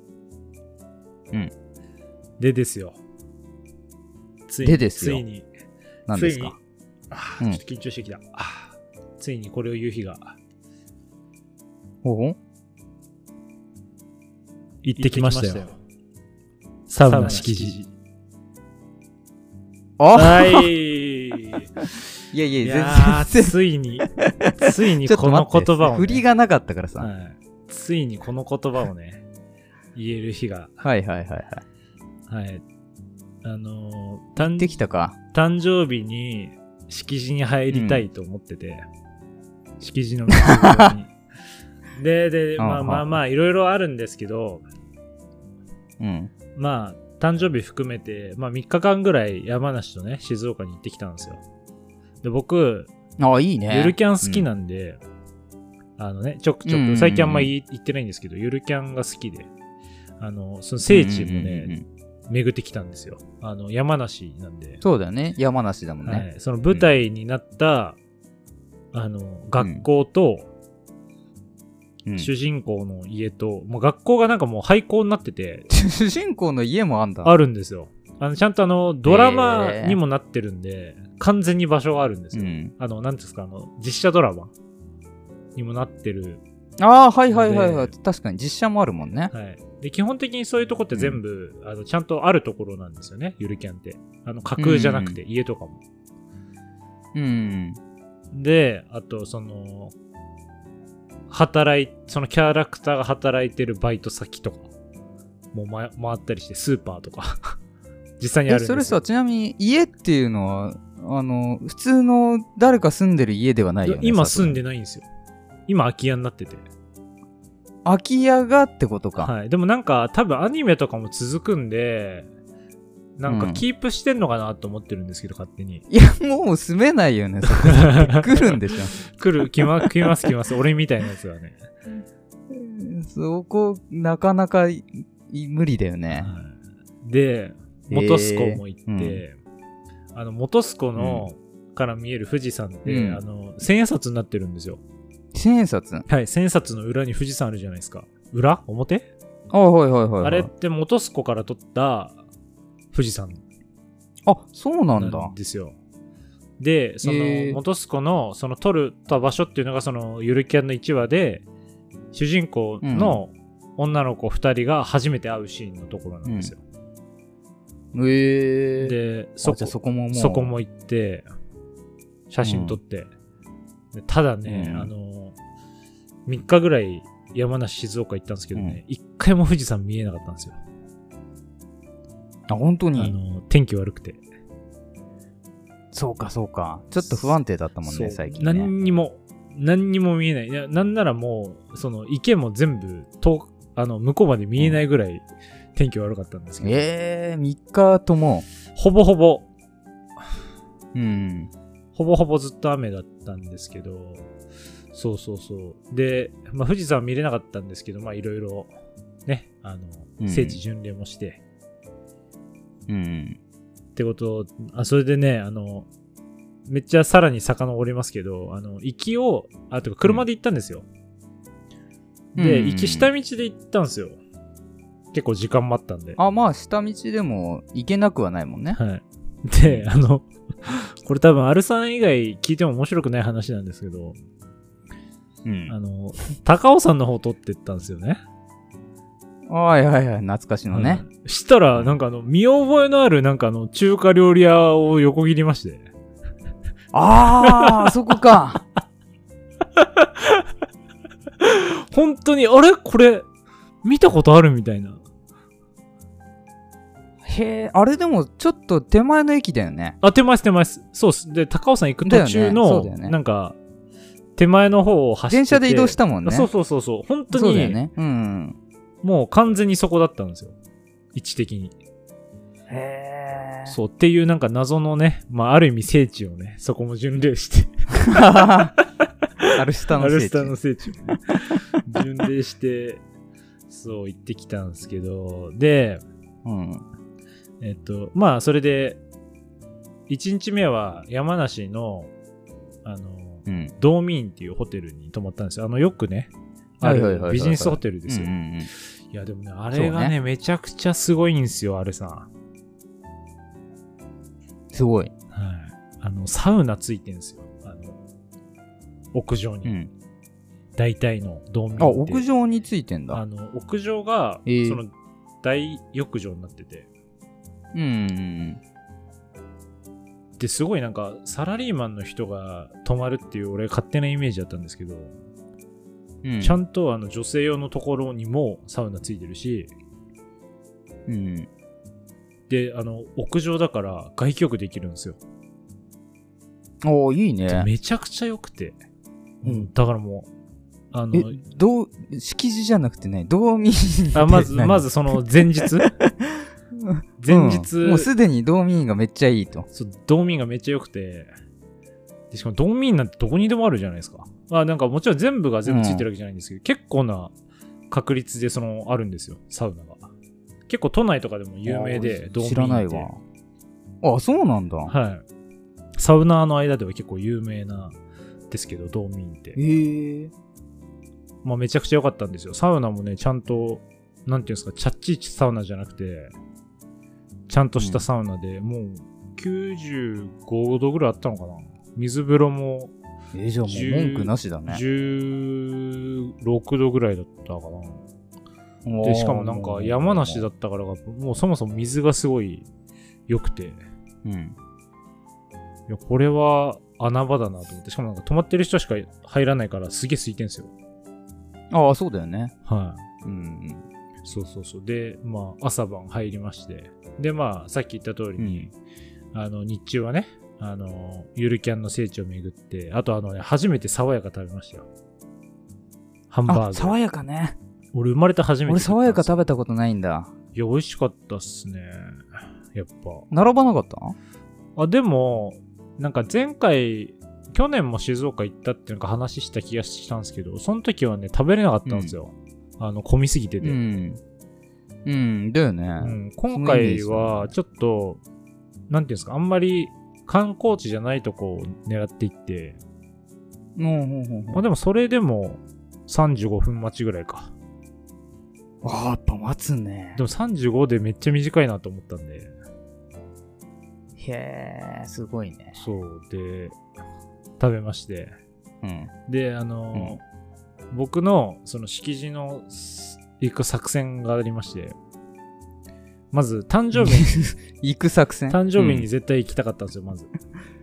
でですよ。ついに。 何ですか？ ちょっと緊張してきた。ついにこれを言う日が。行ってきましたよ。 サウナ敷地。 はいい。 いやいいや、 や全然。 ついにこの言葉を、ね、 振りがなかったからさ。 はい、ついにこの言葉をね、言える日が。 はいはいはいはい。 はい。 できたか。 誕生日に敷地に入りたいと思ってて、敷地の水に。で、まあ、いろいろあるんですけど、まあ、誕生日含めて、まあ3日間ぐらい山梨とね、静岡に行ってきたんですよ。で、僕、 いいね。 ゆるキャン好きなんで、ちょくちょく、最近あんま行ってないんですけど、ゆるキャンが好きで、その聖地もね、巡ってきたんですよ。山梨なんで。 そうだよね。山梨だもんね。 はい、その舞台になった、学校と、主人公の家と、もう学校がなんかもう廃校になってて。 主人公の家もあんだ。 あるんですよ。ちゃんとドラマにもなってるんで、完全に場所があるんですよ。なんですか、実写ドラマにもなってる。 はいはいはいはい。確かに実写もあるもんね。 はい。で、基本的にそういうとこって全部、ちゃんとあるところなんですよね、ゆるキャンって。架空じゃなくて、家とかも。で、あと、そのキャラクターが働いてるバイト先とかも回ったりして、スーパーとか実際にあるんですよ。 それさ、ちなみに家っていうのは普通の誰か住んでる家ではないよね。 今住んでないんですよ。今空き家になってて。 空き家がってことか。 はい。でもなんか多分アニメとかも続くんで、なんかキープしてんのかなと思ってるんですけど、勝手に。 いや、もう住めないよね、そこ来るんでしょ。 来ます。俺みたいなやつはね。 そこ、なかなか無理だよね。 で、本栖湖も行って、本栖湖の、から見える富士山って千円札になってるんですよ。 千円札？ はい、千円札の裏に富士山あるじゃないですか。裏？表？ はい。 あれって本栖湖から撮った富士山。 そうなんだ。 なんですよ。で、その本栖湖のその撮った場所っていうのがそのゆるキャンの1話で、主人公の女の子2人が初めて会うシーンのところなんですよ。で、そこも行って、写真撮って、ただね、3日ぐらい山梨、静岡行ったんですけどね、1回も富士山見えなかったんですよ。 本当に天気悪くて。 そうか。ちょっと不安定だったもんね、最近ね。 何にも見えない。いや、なんならもう、その池も全部向こうまで見えないぐらい天気悪かったんですけど。 3日とも。 ほぼほぼずっと雨だったんですけど、そう。で、富士山は見れなかったんですけど、いろいろね、聖地巡礼もして、ってことそれでね、めっちゃさらに遡りますけど、行きを、てか車で行ったんですよ。で、行き下道で行ったんですよ。結構時間もあったんで。 下道でも行けなくはないもんね。 はい。で、これ多分、アルさん以外聞いても面白くない話なんですけど、高尾山の方取ってったんですよね。 はい。懐かしのね。 したら、なんか見覚えのある、なんか中華料理屋を横切りまして。 そこか。 本当に、あれこれ、見たことあるみたいな。 あれでも、ちょっと手前の駅だよね。 手前です。そうっす。で、高尾山行く途中の、なんか、手前の方を走ってて。 電車で移動したもんね。 そう。本当に、 そうだよね。 もう完全にそこだったんですよ。位置的に。そうっていうなんか謎のね、ある意味聖地をね、そこも巡礼して。 アルスタの聖地をね、巡礼して、そう行ってきたんですけど、で、それで、1日目は山梨の、道民っていうホテルに泊まったんですよ。よくね、あるビジネスホテルですよ。いや、でもね、あれがね、めちゃくちゃすごいんですよ、あれさ。 すごい。 はい。サウナついてんですよ。屋上に。大体の道民って。 屋上についてんだ。 屋上が、その、 大浴場になってて。 うん。 で、すごいなんか、サラリーマンの人が泊まるっていう俺勝手なイメージだったんですけど、 うん、 ちゃんと女性用のところにもサウナついてるし、 うん。 で、屋上だから外気浴できるんですよ。 おー、いいね。 めちゃくちゃ良くて。うん。だからもう、敷地じゃなくてね、道民まずその前日前日、 もうすでに道民がめっちゃいいと。 そう、道民がめっちゃ良くて、でしかも道民なんてどこにでもあるじゃないですか。なんかもちろん全部が全部ついてるわけじゃないんですけど、結構な確率であるんですよ、サウナが。結構都内とかでも有名で、道民って。 知らないわ。あ、そうなんだ。 はい。サウナーの間では結構有名なんですけど、道民って。めちゃくちゃ良かったんですよ。サウナもね、ちゃんと、なんていうんですか、チャッチーサウナじゃなくて、ちゃんとしたサウナで、もう95度ぐらいあったのかな。水風呂も、 じゃあもう文句なしだね。 16度ぐらいだったかな。で、しかもなんか山梨だったからが、もうそもそも水がすごい良くて、 うん。 いや、これは穴場だなと思って、しかもなんか泊まってる人しか入らないからすげえ空いてんすよ。 ああ、そうだよね。 はい。 うん。 そうそうそう。で、朝晩入りまして。で、さっき言った通りに、日中はね、ゆるキャンの聖地を巡って、あと初めて爽やか食べましたよ。ハンバーグ。 爽やかね。 俺生まれて初めて。 俺爽やか食べたことないんだ。 いや、美味しかったっすね。やっぱ。 並ばなかった？ でも、なんか前回、去年も静岡行ったっていうのか話した気がしたんですけど、その時はね、食べれなかったんですよ。混みすぎてて。 うん、だよね。 今回は、ちょっと、なんていうんですか、あんまり観光地じゃないとこを狙っていって、でもそれでも35分待ちぐらいか。 やっぱ待つね。 でも35でめっちゃ短いなと思ったんで。 へー、すごいね。 そうで、食べまして。で、僕のその敷地の行く作戦がありまして、まず誕生日に行く作戦？ 誕生日に絶対行きたかったんですよ、まず。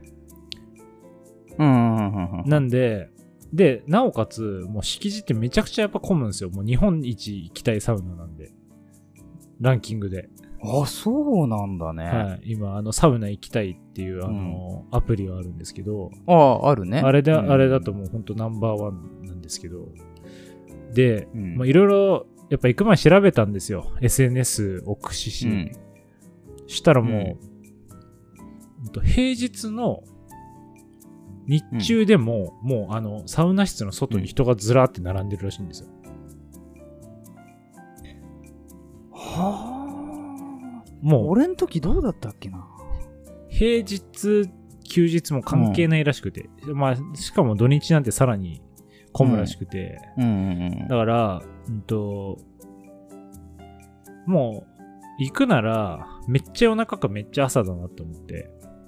なんで、なおかつ、もう敷地ってめちゃくちゃやっぱ混むんですよ。もう日本一行きたいサウナなんで。ランキングで。 あ、そうなんだね。 はい。今、サウナ行きたいっていう、アプリがあるんですけど。 あるね。 あれだともうほんとナンバーワンなんですけど。で、いろいろ、やっぱ行く前調べたんですよ。SNS を駆使し。したらもう、平日の日中でも、もうサウナ室の外に人がずらーって並んでるらしいんですよ。 はあ。 もう俺ん時どうだったっけな。 平日休日も関係ないらしくて、しかも土日なんてさらに混むらしくて、だからもう行くならめっちゃ夜中かめっちゃ朝だなと思って、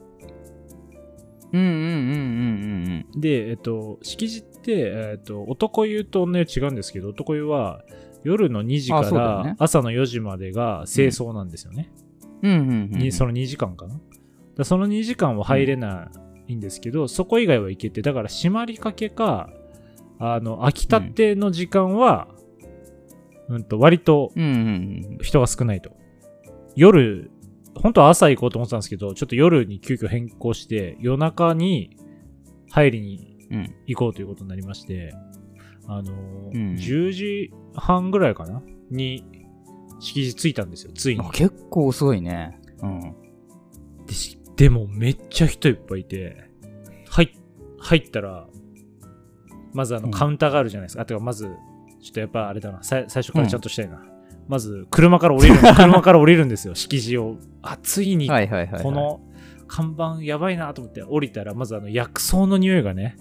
で敷地って男湯と女湯違うんですけど、男湯は夜の2時から朝の4時までが清掃なんですよね。その2時間かな。その2時間は入れないんですけど、そこ以外は行けて、だから閉まりかけか、空きたての時間は、割と人が少ないと。夜、本当は朝行こうと思ってたんですけど、ちょっと夜に急遽変更して、夜中に入りに行こうということになりまして、10時半ぐらいかなに敷地着いたんですよ、ついに。 結構遅いね。 でもめっちゃ人いっぱいいて、入ったら、まずカウンターがあるじゃないですか。てかまず、ちょっとやっぱあれだな、最初からちゃんとしたいな。まず、車から降りるんですよ、敷地を。ついに、この看板やばいなと思って降りたら、まず薬草の匂いがね、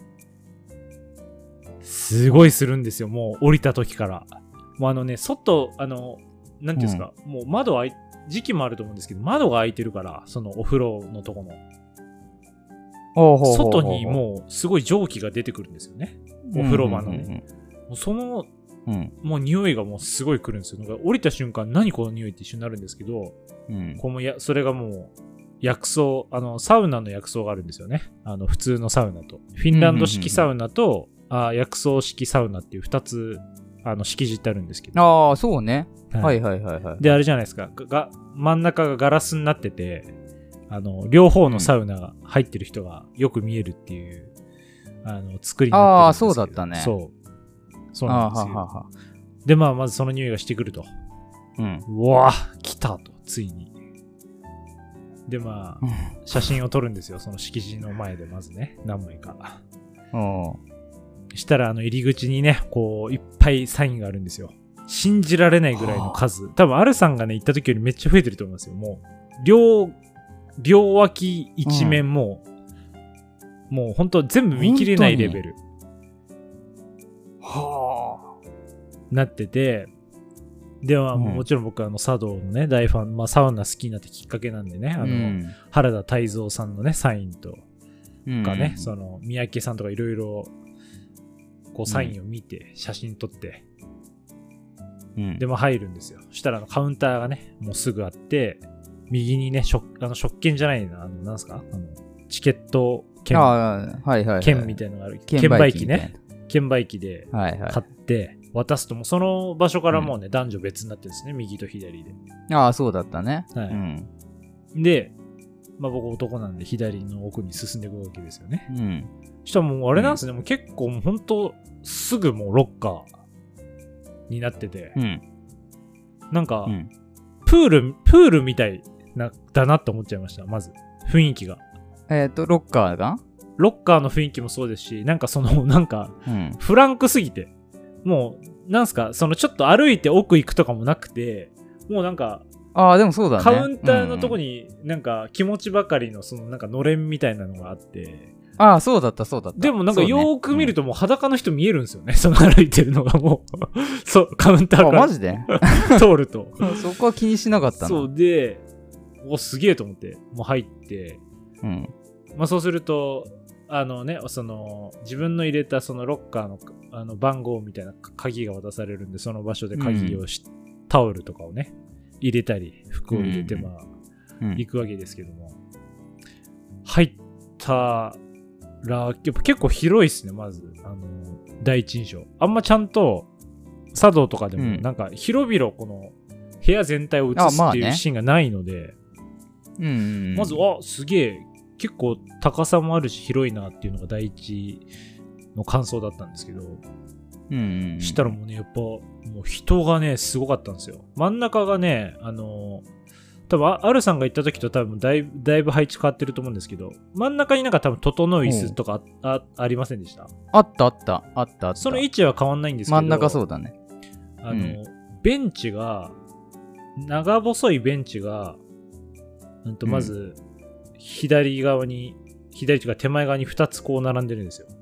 すごいするんですよ、もう降りた時から。もう外、なんていうんですか、もう時期もあると思うんですけど、窓が開いてるから、そのお風呂のとこの。外にもうすごい蒸気が出てくるんですよね。お風呂場の。そのうん。 もう匂いがもうすごい来るんですよ。なんか降りた瞬間、何この匂いって一緒になるんですけど、 うん。 それがもう、薬草、サウナの薬草があるんですよね。普通のサウナと。フィンランド式サウナと、薬草式サウナっていう2つ、敷地ってあるんですけど。 ああ、そうね。はいはいはいはい。 で、あれじゃないですか。真ん中がガラスになってて、両方のサウナが入ってる人がよく見えるっていう、作りになってるんですけど。 ああ、そうだったね。 そうなんですよ。で、まずその匂いがしてくると。 うん。 うわぁ、来たと、ついに。で、写真を撮るんですよ。その敷地の前で、まずね、何枚か。したら、入り口にね、こう、いっぱいサインがあるんですよ。信じられないぐらいの数。多分、アルさんがね、行った時よりめっちゃ増えてると思いますよ。もう、両脇一面もうほんと全部見切れないレベル。なってて、では、もちろん僕は茶道のね、大ファン、サウナ好きになってきっかけなんでね、原田泰造さんのね、サインとかね、その、三宅さんとかいろいろ、こう、サインを見て、写真撮って、で、入るんですよ。そしたら、カウンターがね、もうすぐあって、右にね、食券じゃないな、なんすかチケット券、券みたいなのがある。券売機ね。券売機で買って、渡すと、もうその場所からもうね、男女別になってるんですね、右と左で。 ああ、そうだったね。 はい。で、僕男なんで左の奥に進んでいくわけですよね。そしたらもうあれなんですね、もう結構もうほんとすぐもうロッカーになってて、なんか、プールみたいだなって思っちゃいました、まず。雰囲気が。 ロッカーがロッカーの雰囲気もそうですし、なんかフランクすぎて、もう、なんすか、ちょっと歩いて奥行くとかもなくて、もうなんか、 でもそうだね。 カウンターのとこになんか気持ちばかりのなんかのれんみたいなのがあって、 そうだった。 でもなんかよーく見るともう裸の人見えるんですよね。その歩いてるのがもう、そう、カウンターからマジで通ると。 そこは気にしなかったな。 そうで、すげえと思って、もう入って、そうすると、自分の入れたそのロッカーの番号みたいな鍵が渡されるんで、その場所で鍵をタオルとかをね、入れたり、服を入れて、行くわけですけども。入ったら、やっぱ結構広いっすね、まず。第一印象。あんまちゃんと、茶道とかでも、なんか広々この部屋全体を映すっていうシーンがないので、まず、すげえ、結構高さもあるし広いなっていうのが第一の感想だったんですけど、したらもうね、やっぱもう人がねすごかったんですよ。真ん中がね、多分アルさんが行った時と多分だいぶ配置変わってると思うんですけど、真ん中になんか多分整う椅子とか ありませんでした？ あった。 その位置は変わんないんですけど、 真ん中そうだね。 ベンチが長細いベンチがまず、左というか手前側に2つこう並んでるんですよ。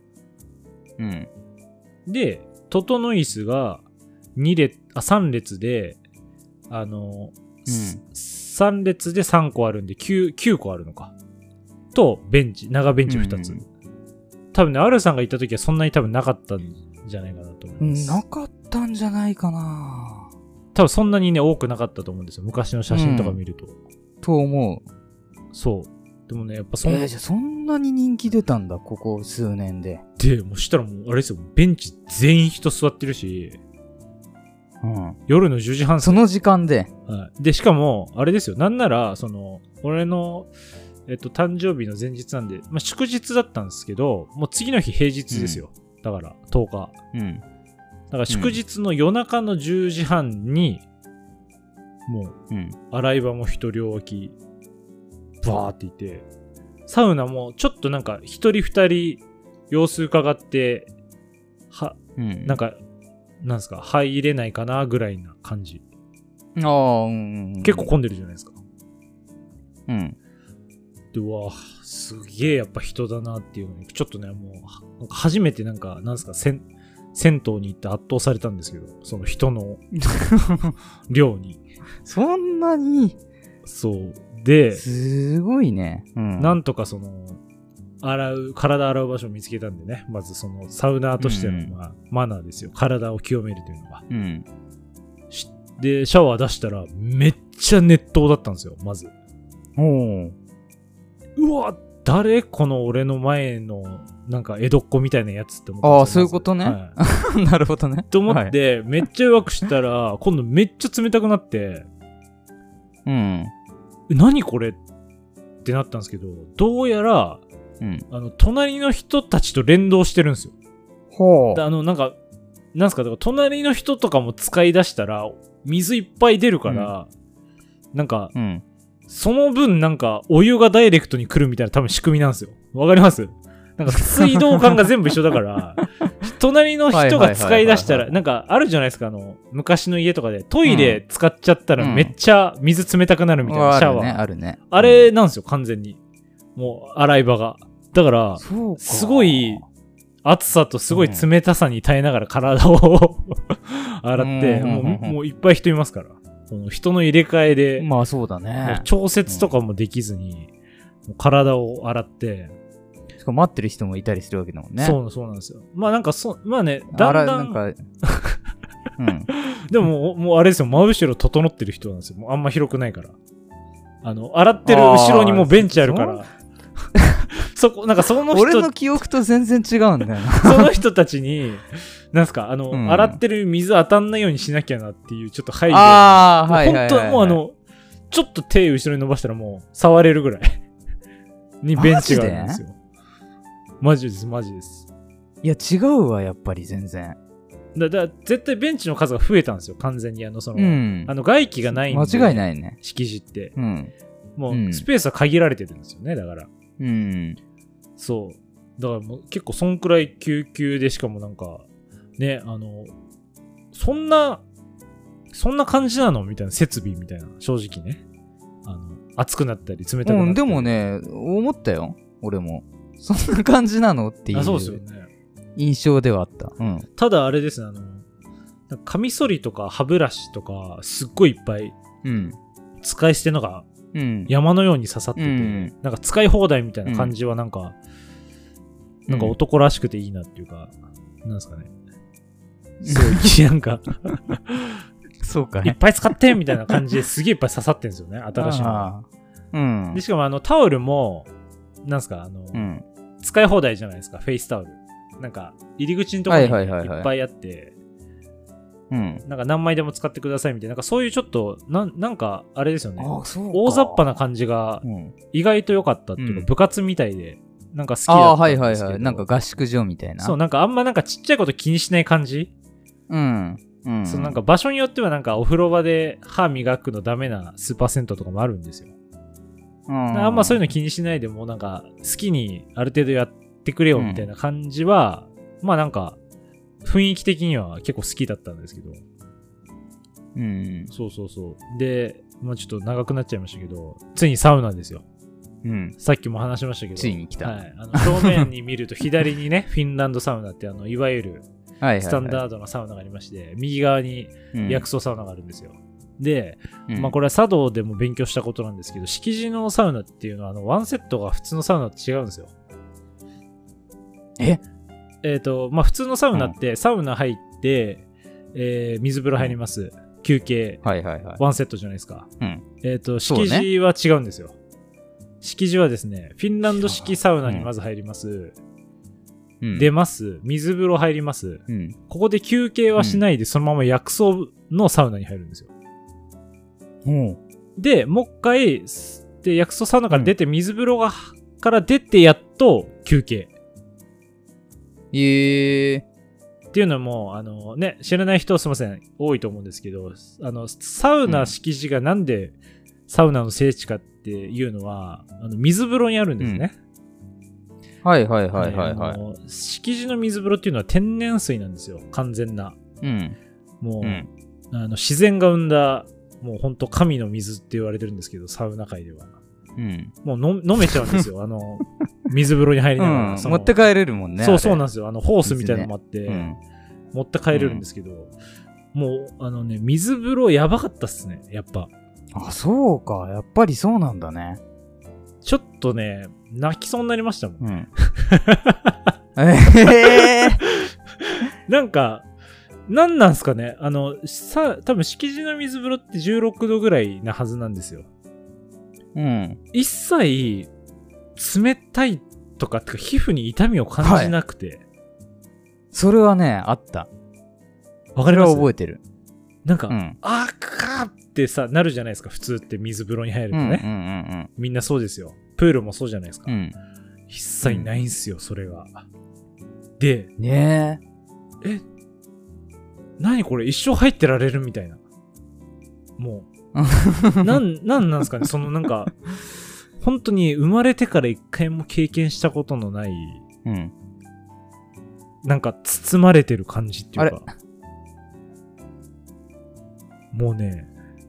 で、整い椅子が3列で、3列で3個あるんで9個あるのか。と、長ベンチ2つ。多分ね、アルさんが行った時はそんなに多分なかったんじゃないかなと思います。 なかったんじゃないかな。 多分そんなにね、多くなかったと思うんですよ。昔の写真とか見ると。 と思う。 そう。でもね、やっぱじゃあそんなに人気出たんだ、ここ数年で。 で、もうしたらもう、あれですよ、ベンチ全員人座ってるし、夜の10時半。 その時間で。 で、しかも、あれですよ、なんなら、俺の、誕生日の前日なんで、祝日だったんですけど、もう次の日平日ですよ。だから、10日。だから祝日の夜中の10時半に、もう、洗い場も一両脇、バーっていて、サウナもちょっとなんか一人二人様子伺って、なんか、なんですか、入れないかなぐらいな感じ。結構混んでるじゃないですか。で、すげえやっぱ人だなっていうのに、ちょっとね、もう、なんか初めてなんですか、銭湯に行って圧倒されたんですけど、その人の量に。 そんなに？ そう。で、 すごいね。 なんとか体洗う場所を見つけたんでね。まずそのサウナーとしての、マナーですよ。体を清めるというのが。で、シャワー出したらめっちゃ熱湯だったんですよ、まず。うわ、誰この俺の前のなんか江戸っ子みたいなやつって思ったんですよ。 そういうことね。はい、なるほどね。 と思って、めっちゃ弱くしたら、今度めっちゃ冷たくなって、何これってなったんですけど、どうやら、隣の人たちと連動してるんですよ。なんか、なんすか、だから隣の人とかも使い出したら、水いっぱい出るから、なんか、その分なんか、お湯がダイレクトに来るみたいな多分仕組みなんですよ。わかります？なんか水道管が全部一緒だから、隣の人が使い出したら、なんかあるじゃないですか、昔の家とかでトイレ使っちゃったらめっちゃ水冷たくなるみたいなシャワー。 あるね。 あれなんですよ、完全に。もう、洗い場が。だから、すごい、暑さとすごい冷たさに耐えながら体を洗って、もういっぱい人いますから。人の入れ替えで、 まあそうだね。 調節とかもできずに、体を洗って、 しかも待ってる人もいたりするわけだもんね。 そうなんですよ。まあなんかまあね、だんだんなんか、でももうあれですよ、真後ろ整ってる人なんですよ。もうあんま広くないから。洗ってる後ろにもうベンチあるから。なんかその人、 俺の記憶と全然違うんだよな。 その人たちに、なんすか、洗ってる水当たんないようにしなきゃなっていうちょっと配慮。本当もうちょっと手後ろに伸ばしたらもう触れるぐらいにベンチがあるんですよ。マジです。 いや、違うわ、やっぱり全然。 絶対ベンチの数が増えたんですよ、完全に。外気がないんで。 間違いないね。 敷地って。もう、スペースは限られてるんですよね、だから。そう。だからもう結構そんくらい救急で、しかもなんか、ね、そんな感じなのみたいな設備みたいな、正直ね。熱くなったり冷たくなったり。 でもね、思ったよ、俺も。そんな感じなのっていうそうですよね。 印象ではあった。 ただあれですね、カミソリとか歯ブラシとか、すっごいいっぱい、使い捨てのが、山のように刺さってて、なんか使い放題みたいな感じはなんか男らしくていいなっていうか、なんですかね。そういうなんかそうか、 いっぱい使ってみたいな感じですげえいっぱい刺さってるんですよね、新しいのが。でしかもタオルもなんですか使い放題じゃないですか、フェイスタオル。なんか入り口のところにいっぱいあって、なんか何枚でも使ってくださいみたいな、なんかそういうちょっとなんかあれですよね、大雑把な感じが意外と良かったっていうか、部活みたいでなんか好きだったんですけど、 なんか合宿所みたいな。 そう、なんかあんまなんかちっちゃいこと気にしない感じ。そう、なんか場所によってはなんかお風呂場で歯磨くのダメなスーパー銭湯とかもあるんですよ。あんまそういうの気にしないでもなんか好きにある程度やってくれよみたいな感じは、まあなんか雰囲気的には結構好きだったんですけど。そうで、まあちょっと長くなっちゃいましたけど、ついにサウナですよ。さっきも話しましたけど、 ついに来た。 正面に見ると左にね、フィンランドサウナっていわゆるスタンダードなサウナがありまして、右側に薬草サウナがあるんですよ。で、まあこれは茶道でも勉強したことなんですけど、敷地のサウナっていうのはワンセットが普通のサウナと違うんですよ。まあ普通のサウナってサウナ入って、水風呂入ります。休憩、ワンセットじゃないですか。敷地は違うんですよ。敷地はですね、フィンランド式サウナにまず入ります。出ます。水風呂入ります。ここで休憩はしないで、そのまま薬草のサウナに入るんですよ。で、もう一回、で薬草サウナから出て、水風呂から出てやっと休憩。っていうのも、ね、知らない人すいません、多いと思うんですけど、サウナ敷地がなんでサウナの聖地かっていうのは、水風呂にあるんですね。敷地の水風呂っていうのは天然水なんですよ、完全な。もう、自然が生んだ、もう本当神の水って言われてるんですけど、サウナ界では。もう飲めちゃうんですよ、水風呂に入りながら。 持って帰れるもんね。 そうなんですよ。ホースみたいなのもあって、持って帰れるんですけど、もう、水風呂やばかったっすね、やっぱ。 そうか、やっぱりそうなんだね。 ちょっとね、泣きそうになりましたもん。 うん。 なんか、なんなんすかね。多分敷地の水風呂って16度ぐらいなはずなんですよ。 うん。 一切、冷たいとかってか、皮膚に痛みを感じなくて。はい、 それはね、あった。 わかります？ 覚えてる。 なんか、あーかーってさ、なるじゃないですか。普通って水風呂に入るとね。みんなそうですよ。プールもそうじゃないですか。一切ないんすよ、それが。で、 ねえ、何これ一生入ってられるみたいな。もう、なんすかね、そのなんか、本当に生まれてから一回も経験したことのない、なんか包まれてる感じっていうか。もうね、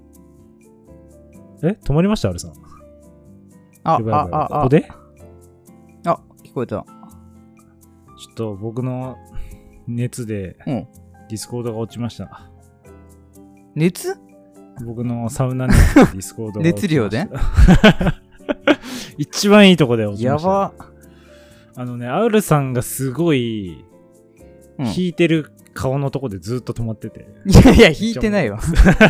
止まりました？アルさん。ここで？ 聞こえた。 ちょっと僕の熱で、ディスコードが落ちました。 熱？ 僕のサウナ熱でディスコードが落ちました。 熱量で一番いいとこで落ちました。 やば。アルさんがすごい、引いてる顔のとこでずっと止まってて。 いや、引いてないわ。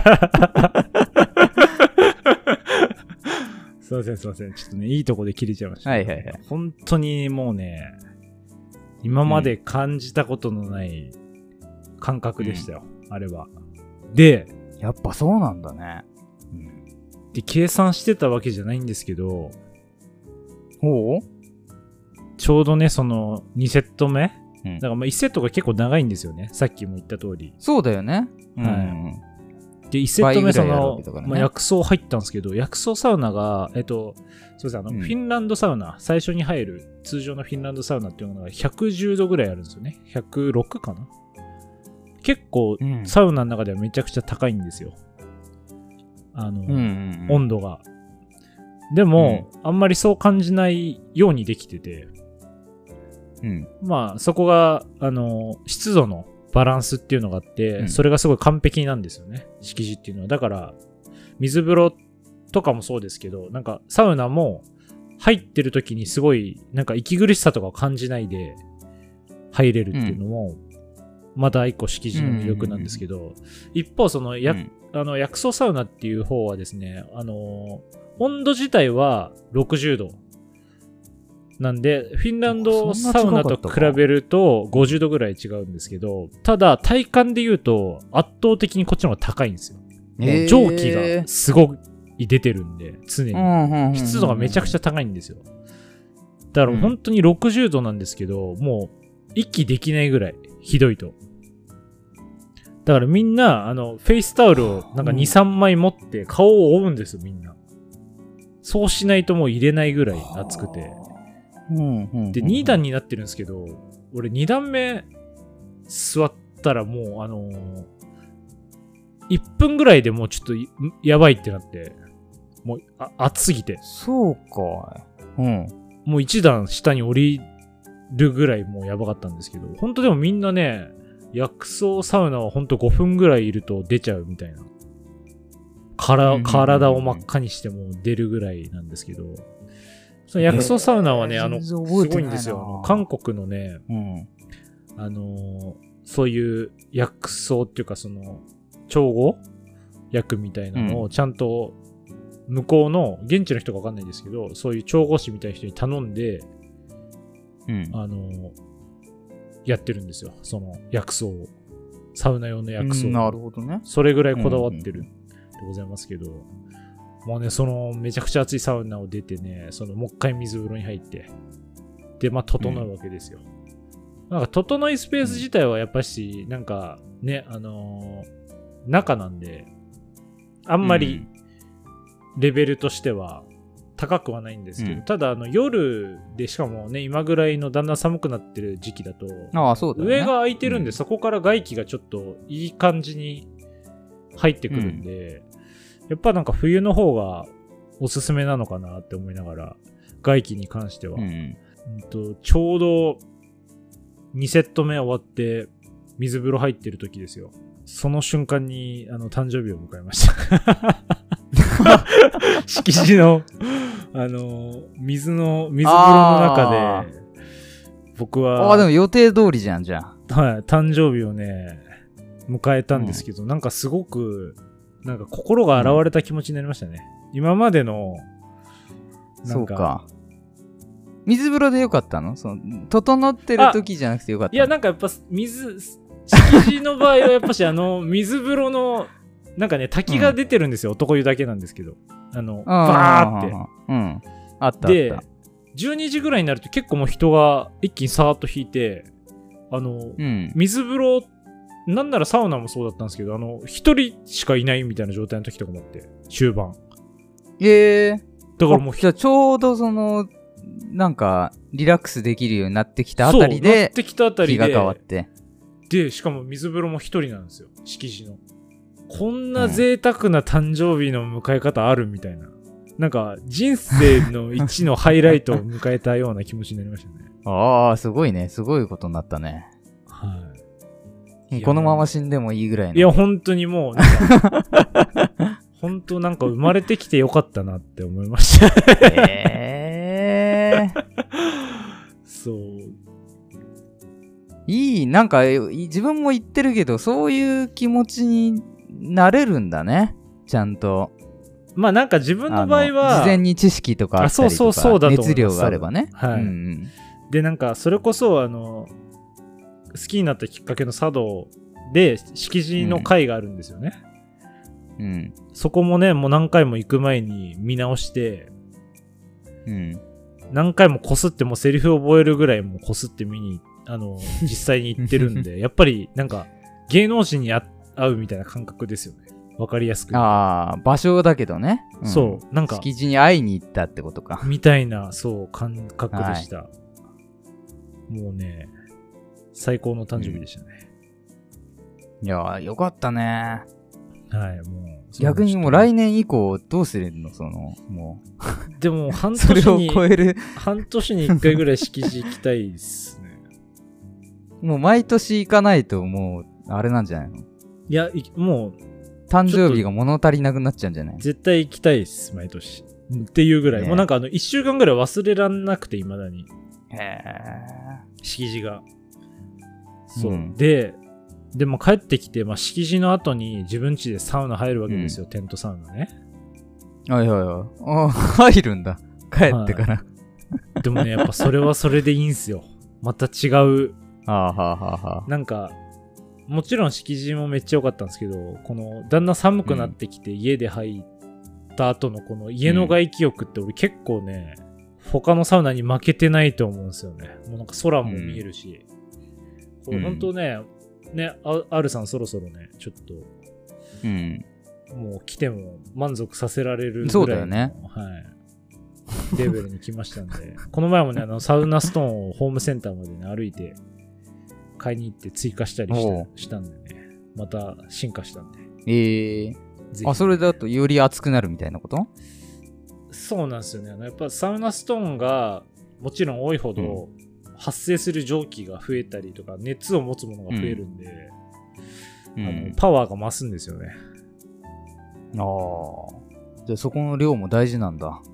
すいません。ちょっとね、いいとこで切れちゃいました。 はい。 本当にもうね、今まで感じたことのない感覚でしたよ、あれは。で、 やっぱそうなんだね。 で、計算してたわけじゃないんですけど、ちょうどね、その2セット目、だから1セットが結構長いんですよね。さっきも言った通り。 そうだよね。 で、1セット目、薬草入ったんですけど、薬草サウナが、そうです、フィンランドサウナ、最初に入る、通常のフィンランドサウナっていうのが110度ぐらいあるんですよね。106かな？結構、サウナの中ではめちゃくちゃ高いんですよ。温度が。でも、あんまりそう感じないようにできてて、まあ、そこが、湿度のバランスっていうのがあって、それがすごい完璧なんですよね。敷地っていうのは。だから、水風呂とかもそうですけど、なんかサウナも入ってる時にすごい、なんか息苦しさとかを感じないで入れるっていうのも、また一個敷地の魅力なんですけど、一方、その薬草サウナっていう方はですね、温度自体は60度。なんで、フィンランドサウナと比べると50度ぐらい違うんですけど、ただ体感で言うと圧倒的にこっちの方が高いんですよ。蒸気がすごい出てるんで、常に。湿度がめちゃくちゃ高いんですよ。だから本当に60度なんですけど、もう息できないぐらいひどいと。だからみんな、フェイスタオルをなんか2、3枚持って顔を覆うんですよ、みんな。そうしないともう入れないぐらい暑くて。で、2段になってるんですけど、俺2段目座ったらもう1分ぐらいでもうちょっとやばいってなって、もう暑すぎて。 そうか。 もう1段下に降りるぐらいもうやばかったんですけど、本当でもみんなね、薬草サウナは本当5分ぐらいいると出ちゃうみたいな。体を真っ赤にしても出るぐらいなんですけど、その薬草サウナはね、すごいんですよ。韓国のね、そういう薬草っていうか、その、調合薬みたいなのをちゃんと、向こうの、現地の人がわかんないですけど、そういう調合師みたいな人に頼んで、やってるんですよ。その薬草を。サウナ用の薬草。 なるほどね。 それぐらいこだわってるでございますけど、もうね、そのめちゃくちゃ暑いサウナを出てね、もう一回水風呂に入って、で、まあ、整うわけですよ。なんか、整いスペース自体はやっぱし、なんか、ね、中なんで、あんまり、レベルとしては高くはないんですけど、ただ、夜で、しかもね、今ぐらいのだんだん寒くなってる時期だと、 そうだね、 上が空いてるんで、そこから外気がちょっといい感じに入ってくるんで、やっぱなんか冬の方がおすすめなのかなって思いながら、外気に関しては。ちょうど2セット目終わって水風呂入ってる時ですよ。その瞬間に誕生日を迎えました。 敷地の、水風呂の中で、僕は、 でも予定通りじゃん、じゃあ。はい、誕生日をね、迎えたんですけど、なんかすごく、なんか心が洗われた気持ちになりましたね。今までの、 そうか。水風呂でよかったの？整ってる時じゃなくてよかったの？ いや、なんかやっぱ敷地の場合はやっぱし水風呂の、なんかね、滝が出てるんですよ。男湯だけなんですけど。バーって。 うん。あった。 で、12時ぐらいになると結構もう人が一気にさーっと引いて、水風呂、なんならサウナもそうだったんですけど、一人しかいないみたいな状態の時とかもあって、終盤。だからもう、 じゃあちょうどなんか、リラックスできるようになってきたあたりで、日が変わって。 で、しかも水風呂も一人なんですよ、敷地の。こんな贅沢な誕生日の迎え方あるみたいな。なんか、人生の一のハイライトを迎えたような気持ちになりましたね。 ああ、すごいね。すごいことになったね。 はい。 このまま死んでもいいぐらいの。 いや、本当にもう、なんか、本当なんか生まれてきてよかったなって思いました。そう。 なんか、自分も言ってるけど、そういう気持ちになれるんだね。ちゃんと。 まあなんか自分の場合は事前に知識とかあったりとか熱量があればね。 はい。でなんかそれこそ好きになったきっかけの茶道で敷地の会があるんですよね。 うん。そこもねもう何回も行く前に見直して、何回もこすってもセリフを覚えるぐらいもこすって見に実際に行ってるんでやっぱりなんか芸能人に会うみたいな感覚ですよね。わかりやすく。 場所だけどね。 そう。なんか。 敷地に会いに行ったってことか。 みたいな、そう、感覚でした。もうね、最高の誕生日でしたね。 いや、よかったね。 はい、もう。 逆にもう来年以降どうするのもう。でも、半年に。それを超える。 半年に1回ぐらい敷地行きたいですね。 もう毎年行かないともう、あれなんじゃないの？ いや、もう、 誕生日が物足りなくなっちゃうんじゃない？ 絶対行きたいです、毎年。っていうぐらい。もうなんか1週間ぐらい忘れらんなくて、未だに。敷地が。そう。でも帰ってきて、敷地の後に自分家でサウナ入るわけですよ、テントサウナね。 入るんだ。帰ってから。 でもね、やっぱそれはそれでいいんすよ。また違う。なんか、もちろん敷地もめっちゃ良かったんですけど、このだんだん寒くなってきて家で入った後のこの家の外気浴って俺結構ね、他のサウナに負けてないと思うんですよね。もうなんか空も見えるし、これ本当ね、R さんそろそろね、ちょっと、もう来ても満足させられるぐらいの、 そうだよね。 はい。レベルに来ましたんで、この前もね、サウナストーンをホームセンターまでね、歩いて、買いに行って追加したりしたんでね、また進化したんで。 それだとより熱くなるみたいなこと？ そうなんですよね。やっぱサウナストーンがもちろん多いほど発生する蒸気が増えたりとか、熱を持つものが増えるんで、パワーが増すんですよね。 じゃあそこの量も大事なんだ。 はい。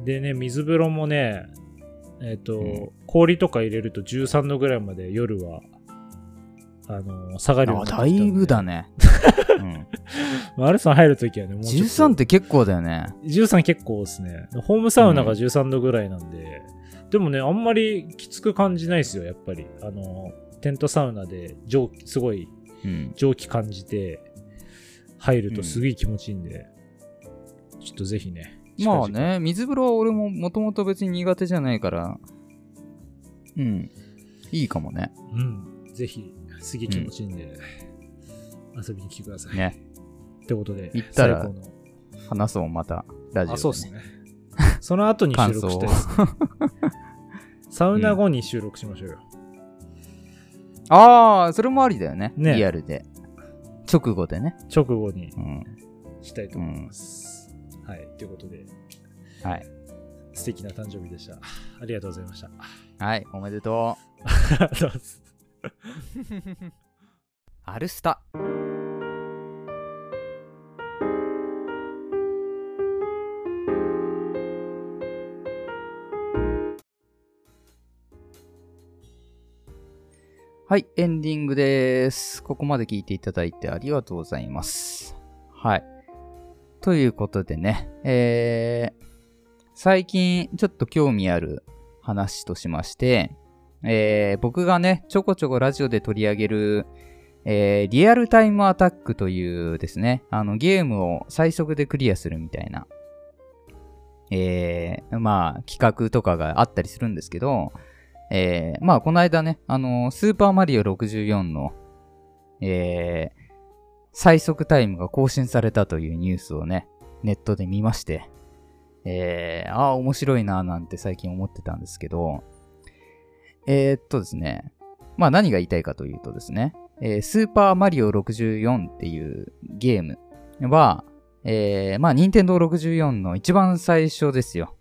でね、水風呂もね、氷とか入れると13度ぐらいまで夜は下がるようになってきたんで。 だいぶだね。 アルさん入るときはね、もうちょっと 13って結構だよね。 13結構ですね。ホームサウナが13度ぐらいなんで、でもね、あんまりきつく感じないですよ、やっぱり。テントサウナですごい蒸気感じて入るとすごい気持ちいいんで、ちょっとぜひね。 まあね、水風呂は俺ももともと別に苦手じゃないから、いいかもね。 ぜひ、すげえ気持ちいいんで、遊びに来てください。 ね。 ってことで、 行ったら話そう、また、ラジオで、ね。 そうですね。その後に収録したいですね。サウナ後に収録しましょうよ。 それもありだよね。リアルで。直後でね。 直後にしたいと思います。はい、ということで、 はい、 素敵な誕生日でした。ありがとうございました。 はい、おめでとう。アルスタ。 はい、エンディングです。ここまで聞いていただいてありがとうございます。はい。ということでね、最近ちょっと興味ある話としまして、僕がね、ちょこちょこラジオで取り上げる、リアルタイムアタックというですね、ゲームを最速でクリアするみたいな、まあ、企画とかがあったりするんですけど、まあ、この間ね、スーパーマリオ64の、最速タイムが更新されたというニュースをね、ネットで見まして、面白いなぁなんて最近思ってたんですけど、ですね、まあ何が言いたいかというとですね、スーパーマリオ64っていうゲームは、まあ任天堂64の一番最初ですよ。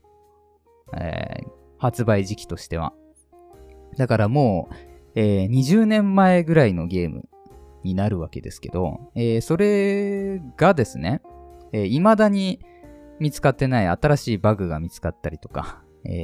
発売時期としては。だからもう、20年前ぐらいのゲームになるわけですけど、それがですね、未だに見つかってない新しいバグが見つかったりとか、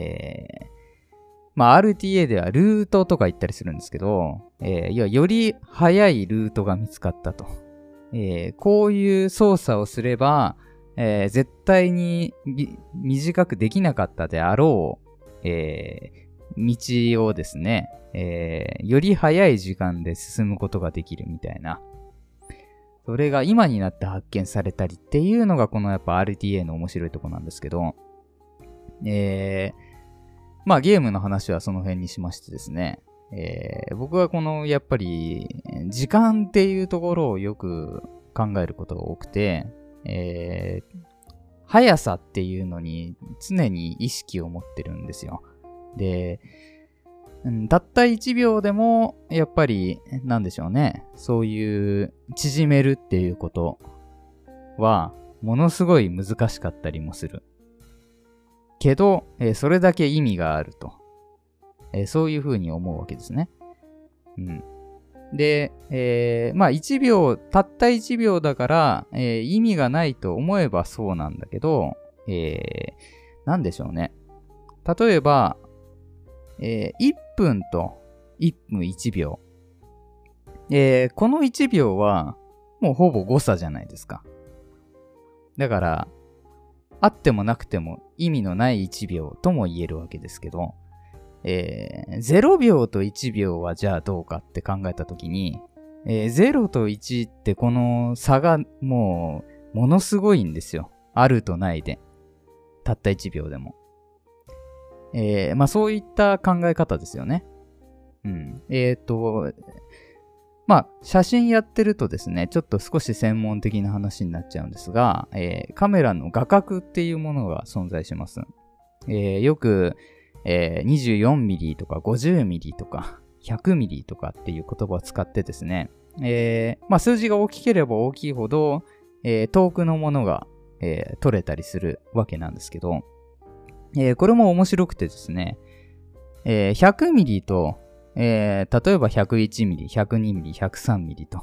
まあ RTA ではルートとか言ったりするんですけど、より早いルートが見つかったと。こういう操作をすれば、絶対に短くできなかったであろう、道をですね、より早い時間で進むことができるみたいな。それが今になって発見されたりっていうのがこのやっぱ RTA の面白いとこなんですけど、まあゲームの話はその辺にしましてですね、僕はこのやっぱり時間っていうところをよく考えることが多くて、速さっていうのに常に意識を持ってるんですよ。で、たった1秒でもやっぱりなんでしょうね、そういう縮めるっていうことはものすごい難しかったりもするけど、それだけ意味があると、そういうふうに思うわけですね。で、まあ1秒、たった1秒だから、意味がないと思えばそうなんだけど、なんでしょうね。例えば、1分と1分1秒。この1秒はもうほぼ誤差じゃないですか。だから、あってもなくても意味のない1秒とも言えるわけですけど、0秒と1秒はじゃあどうかって考えたときに、0と1ってこの差がもうものすごいんですよ。あるとないで。たった1秒でも。まあそういった考え方ですよね。まあ写真やってるとですね、ちょっと少し専門的な話になっちゃうんですが、カメラの画角っていうものが存在します。よく、24mm とか 50mm とか 100mm とかっていう言葉を使ってですね、まあ数字が大きければ大きいほど、遠くのものが、撮れたりするわけなんですけど、これも面白くてですね、100ミリと、例えば101ミリ、102ミリ、103ミリと、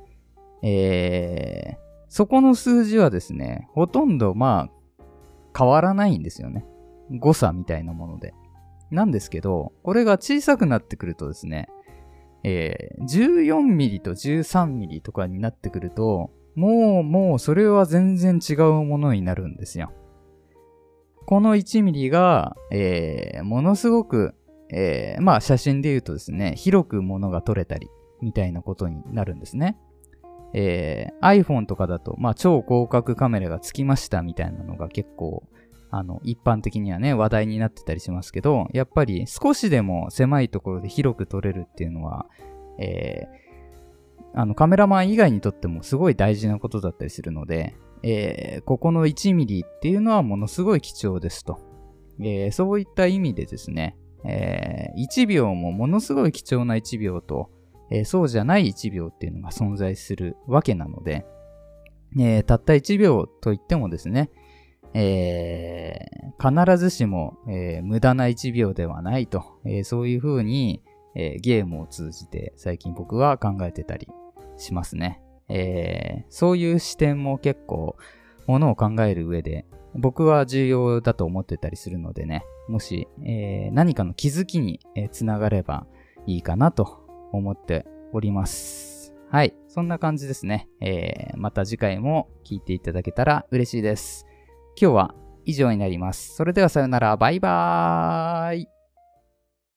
そこの数字はですね、ほとんどまあ変わらないんですよね。誤差みたいなもので。なんですけど、これが小さくなってくるとですね、14ミリと13ミリとかになってくると、もうそれは全然違うものになるんですよ。この1ミリが、ものすごく、まあ写真で言うとですね、広くものが撮れたりみたいなことになるんですね。iPhone とかだと、まあ超広角カメラがつきましたみたいなのが結構、一般的にはね、話題になってたりしますけど、やっぱり少しでも狭いところで広く撮れるっていうのは、カメラマン以外にとってもすごい大事なことだったりするので、ここの1ミリっていうのはものすごい貴重ですと。そういった意味でですね、1秒もものすごい貴重な1秒と、そうじゃない1秒っていうのが存在するわけなので、たった1秒といってもですね、必ずしも、無駄な1秒ではないと、そういう風に、ゲームを通じて最近僕は考えてたりしますね。そういう視点も結構ものを考える上で僕は重要だと思ってたりするのでね、もし、何かの気づきにつながればいいかなと思っております。はい。そんな感じですね。また次回も聞いていただけたら嬉しいです。今日は以上になります。それではさよなら。バイバーイ。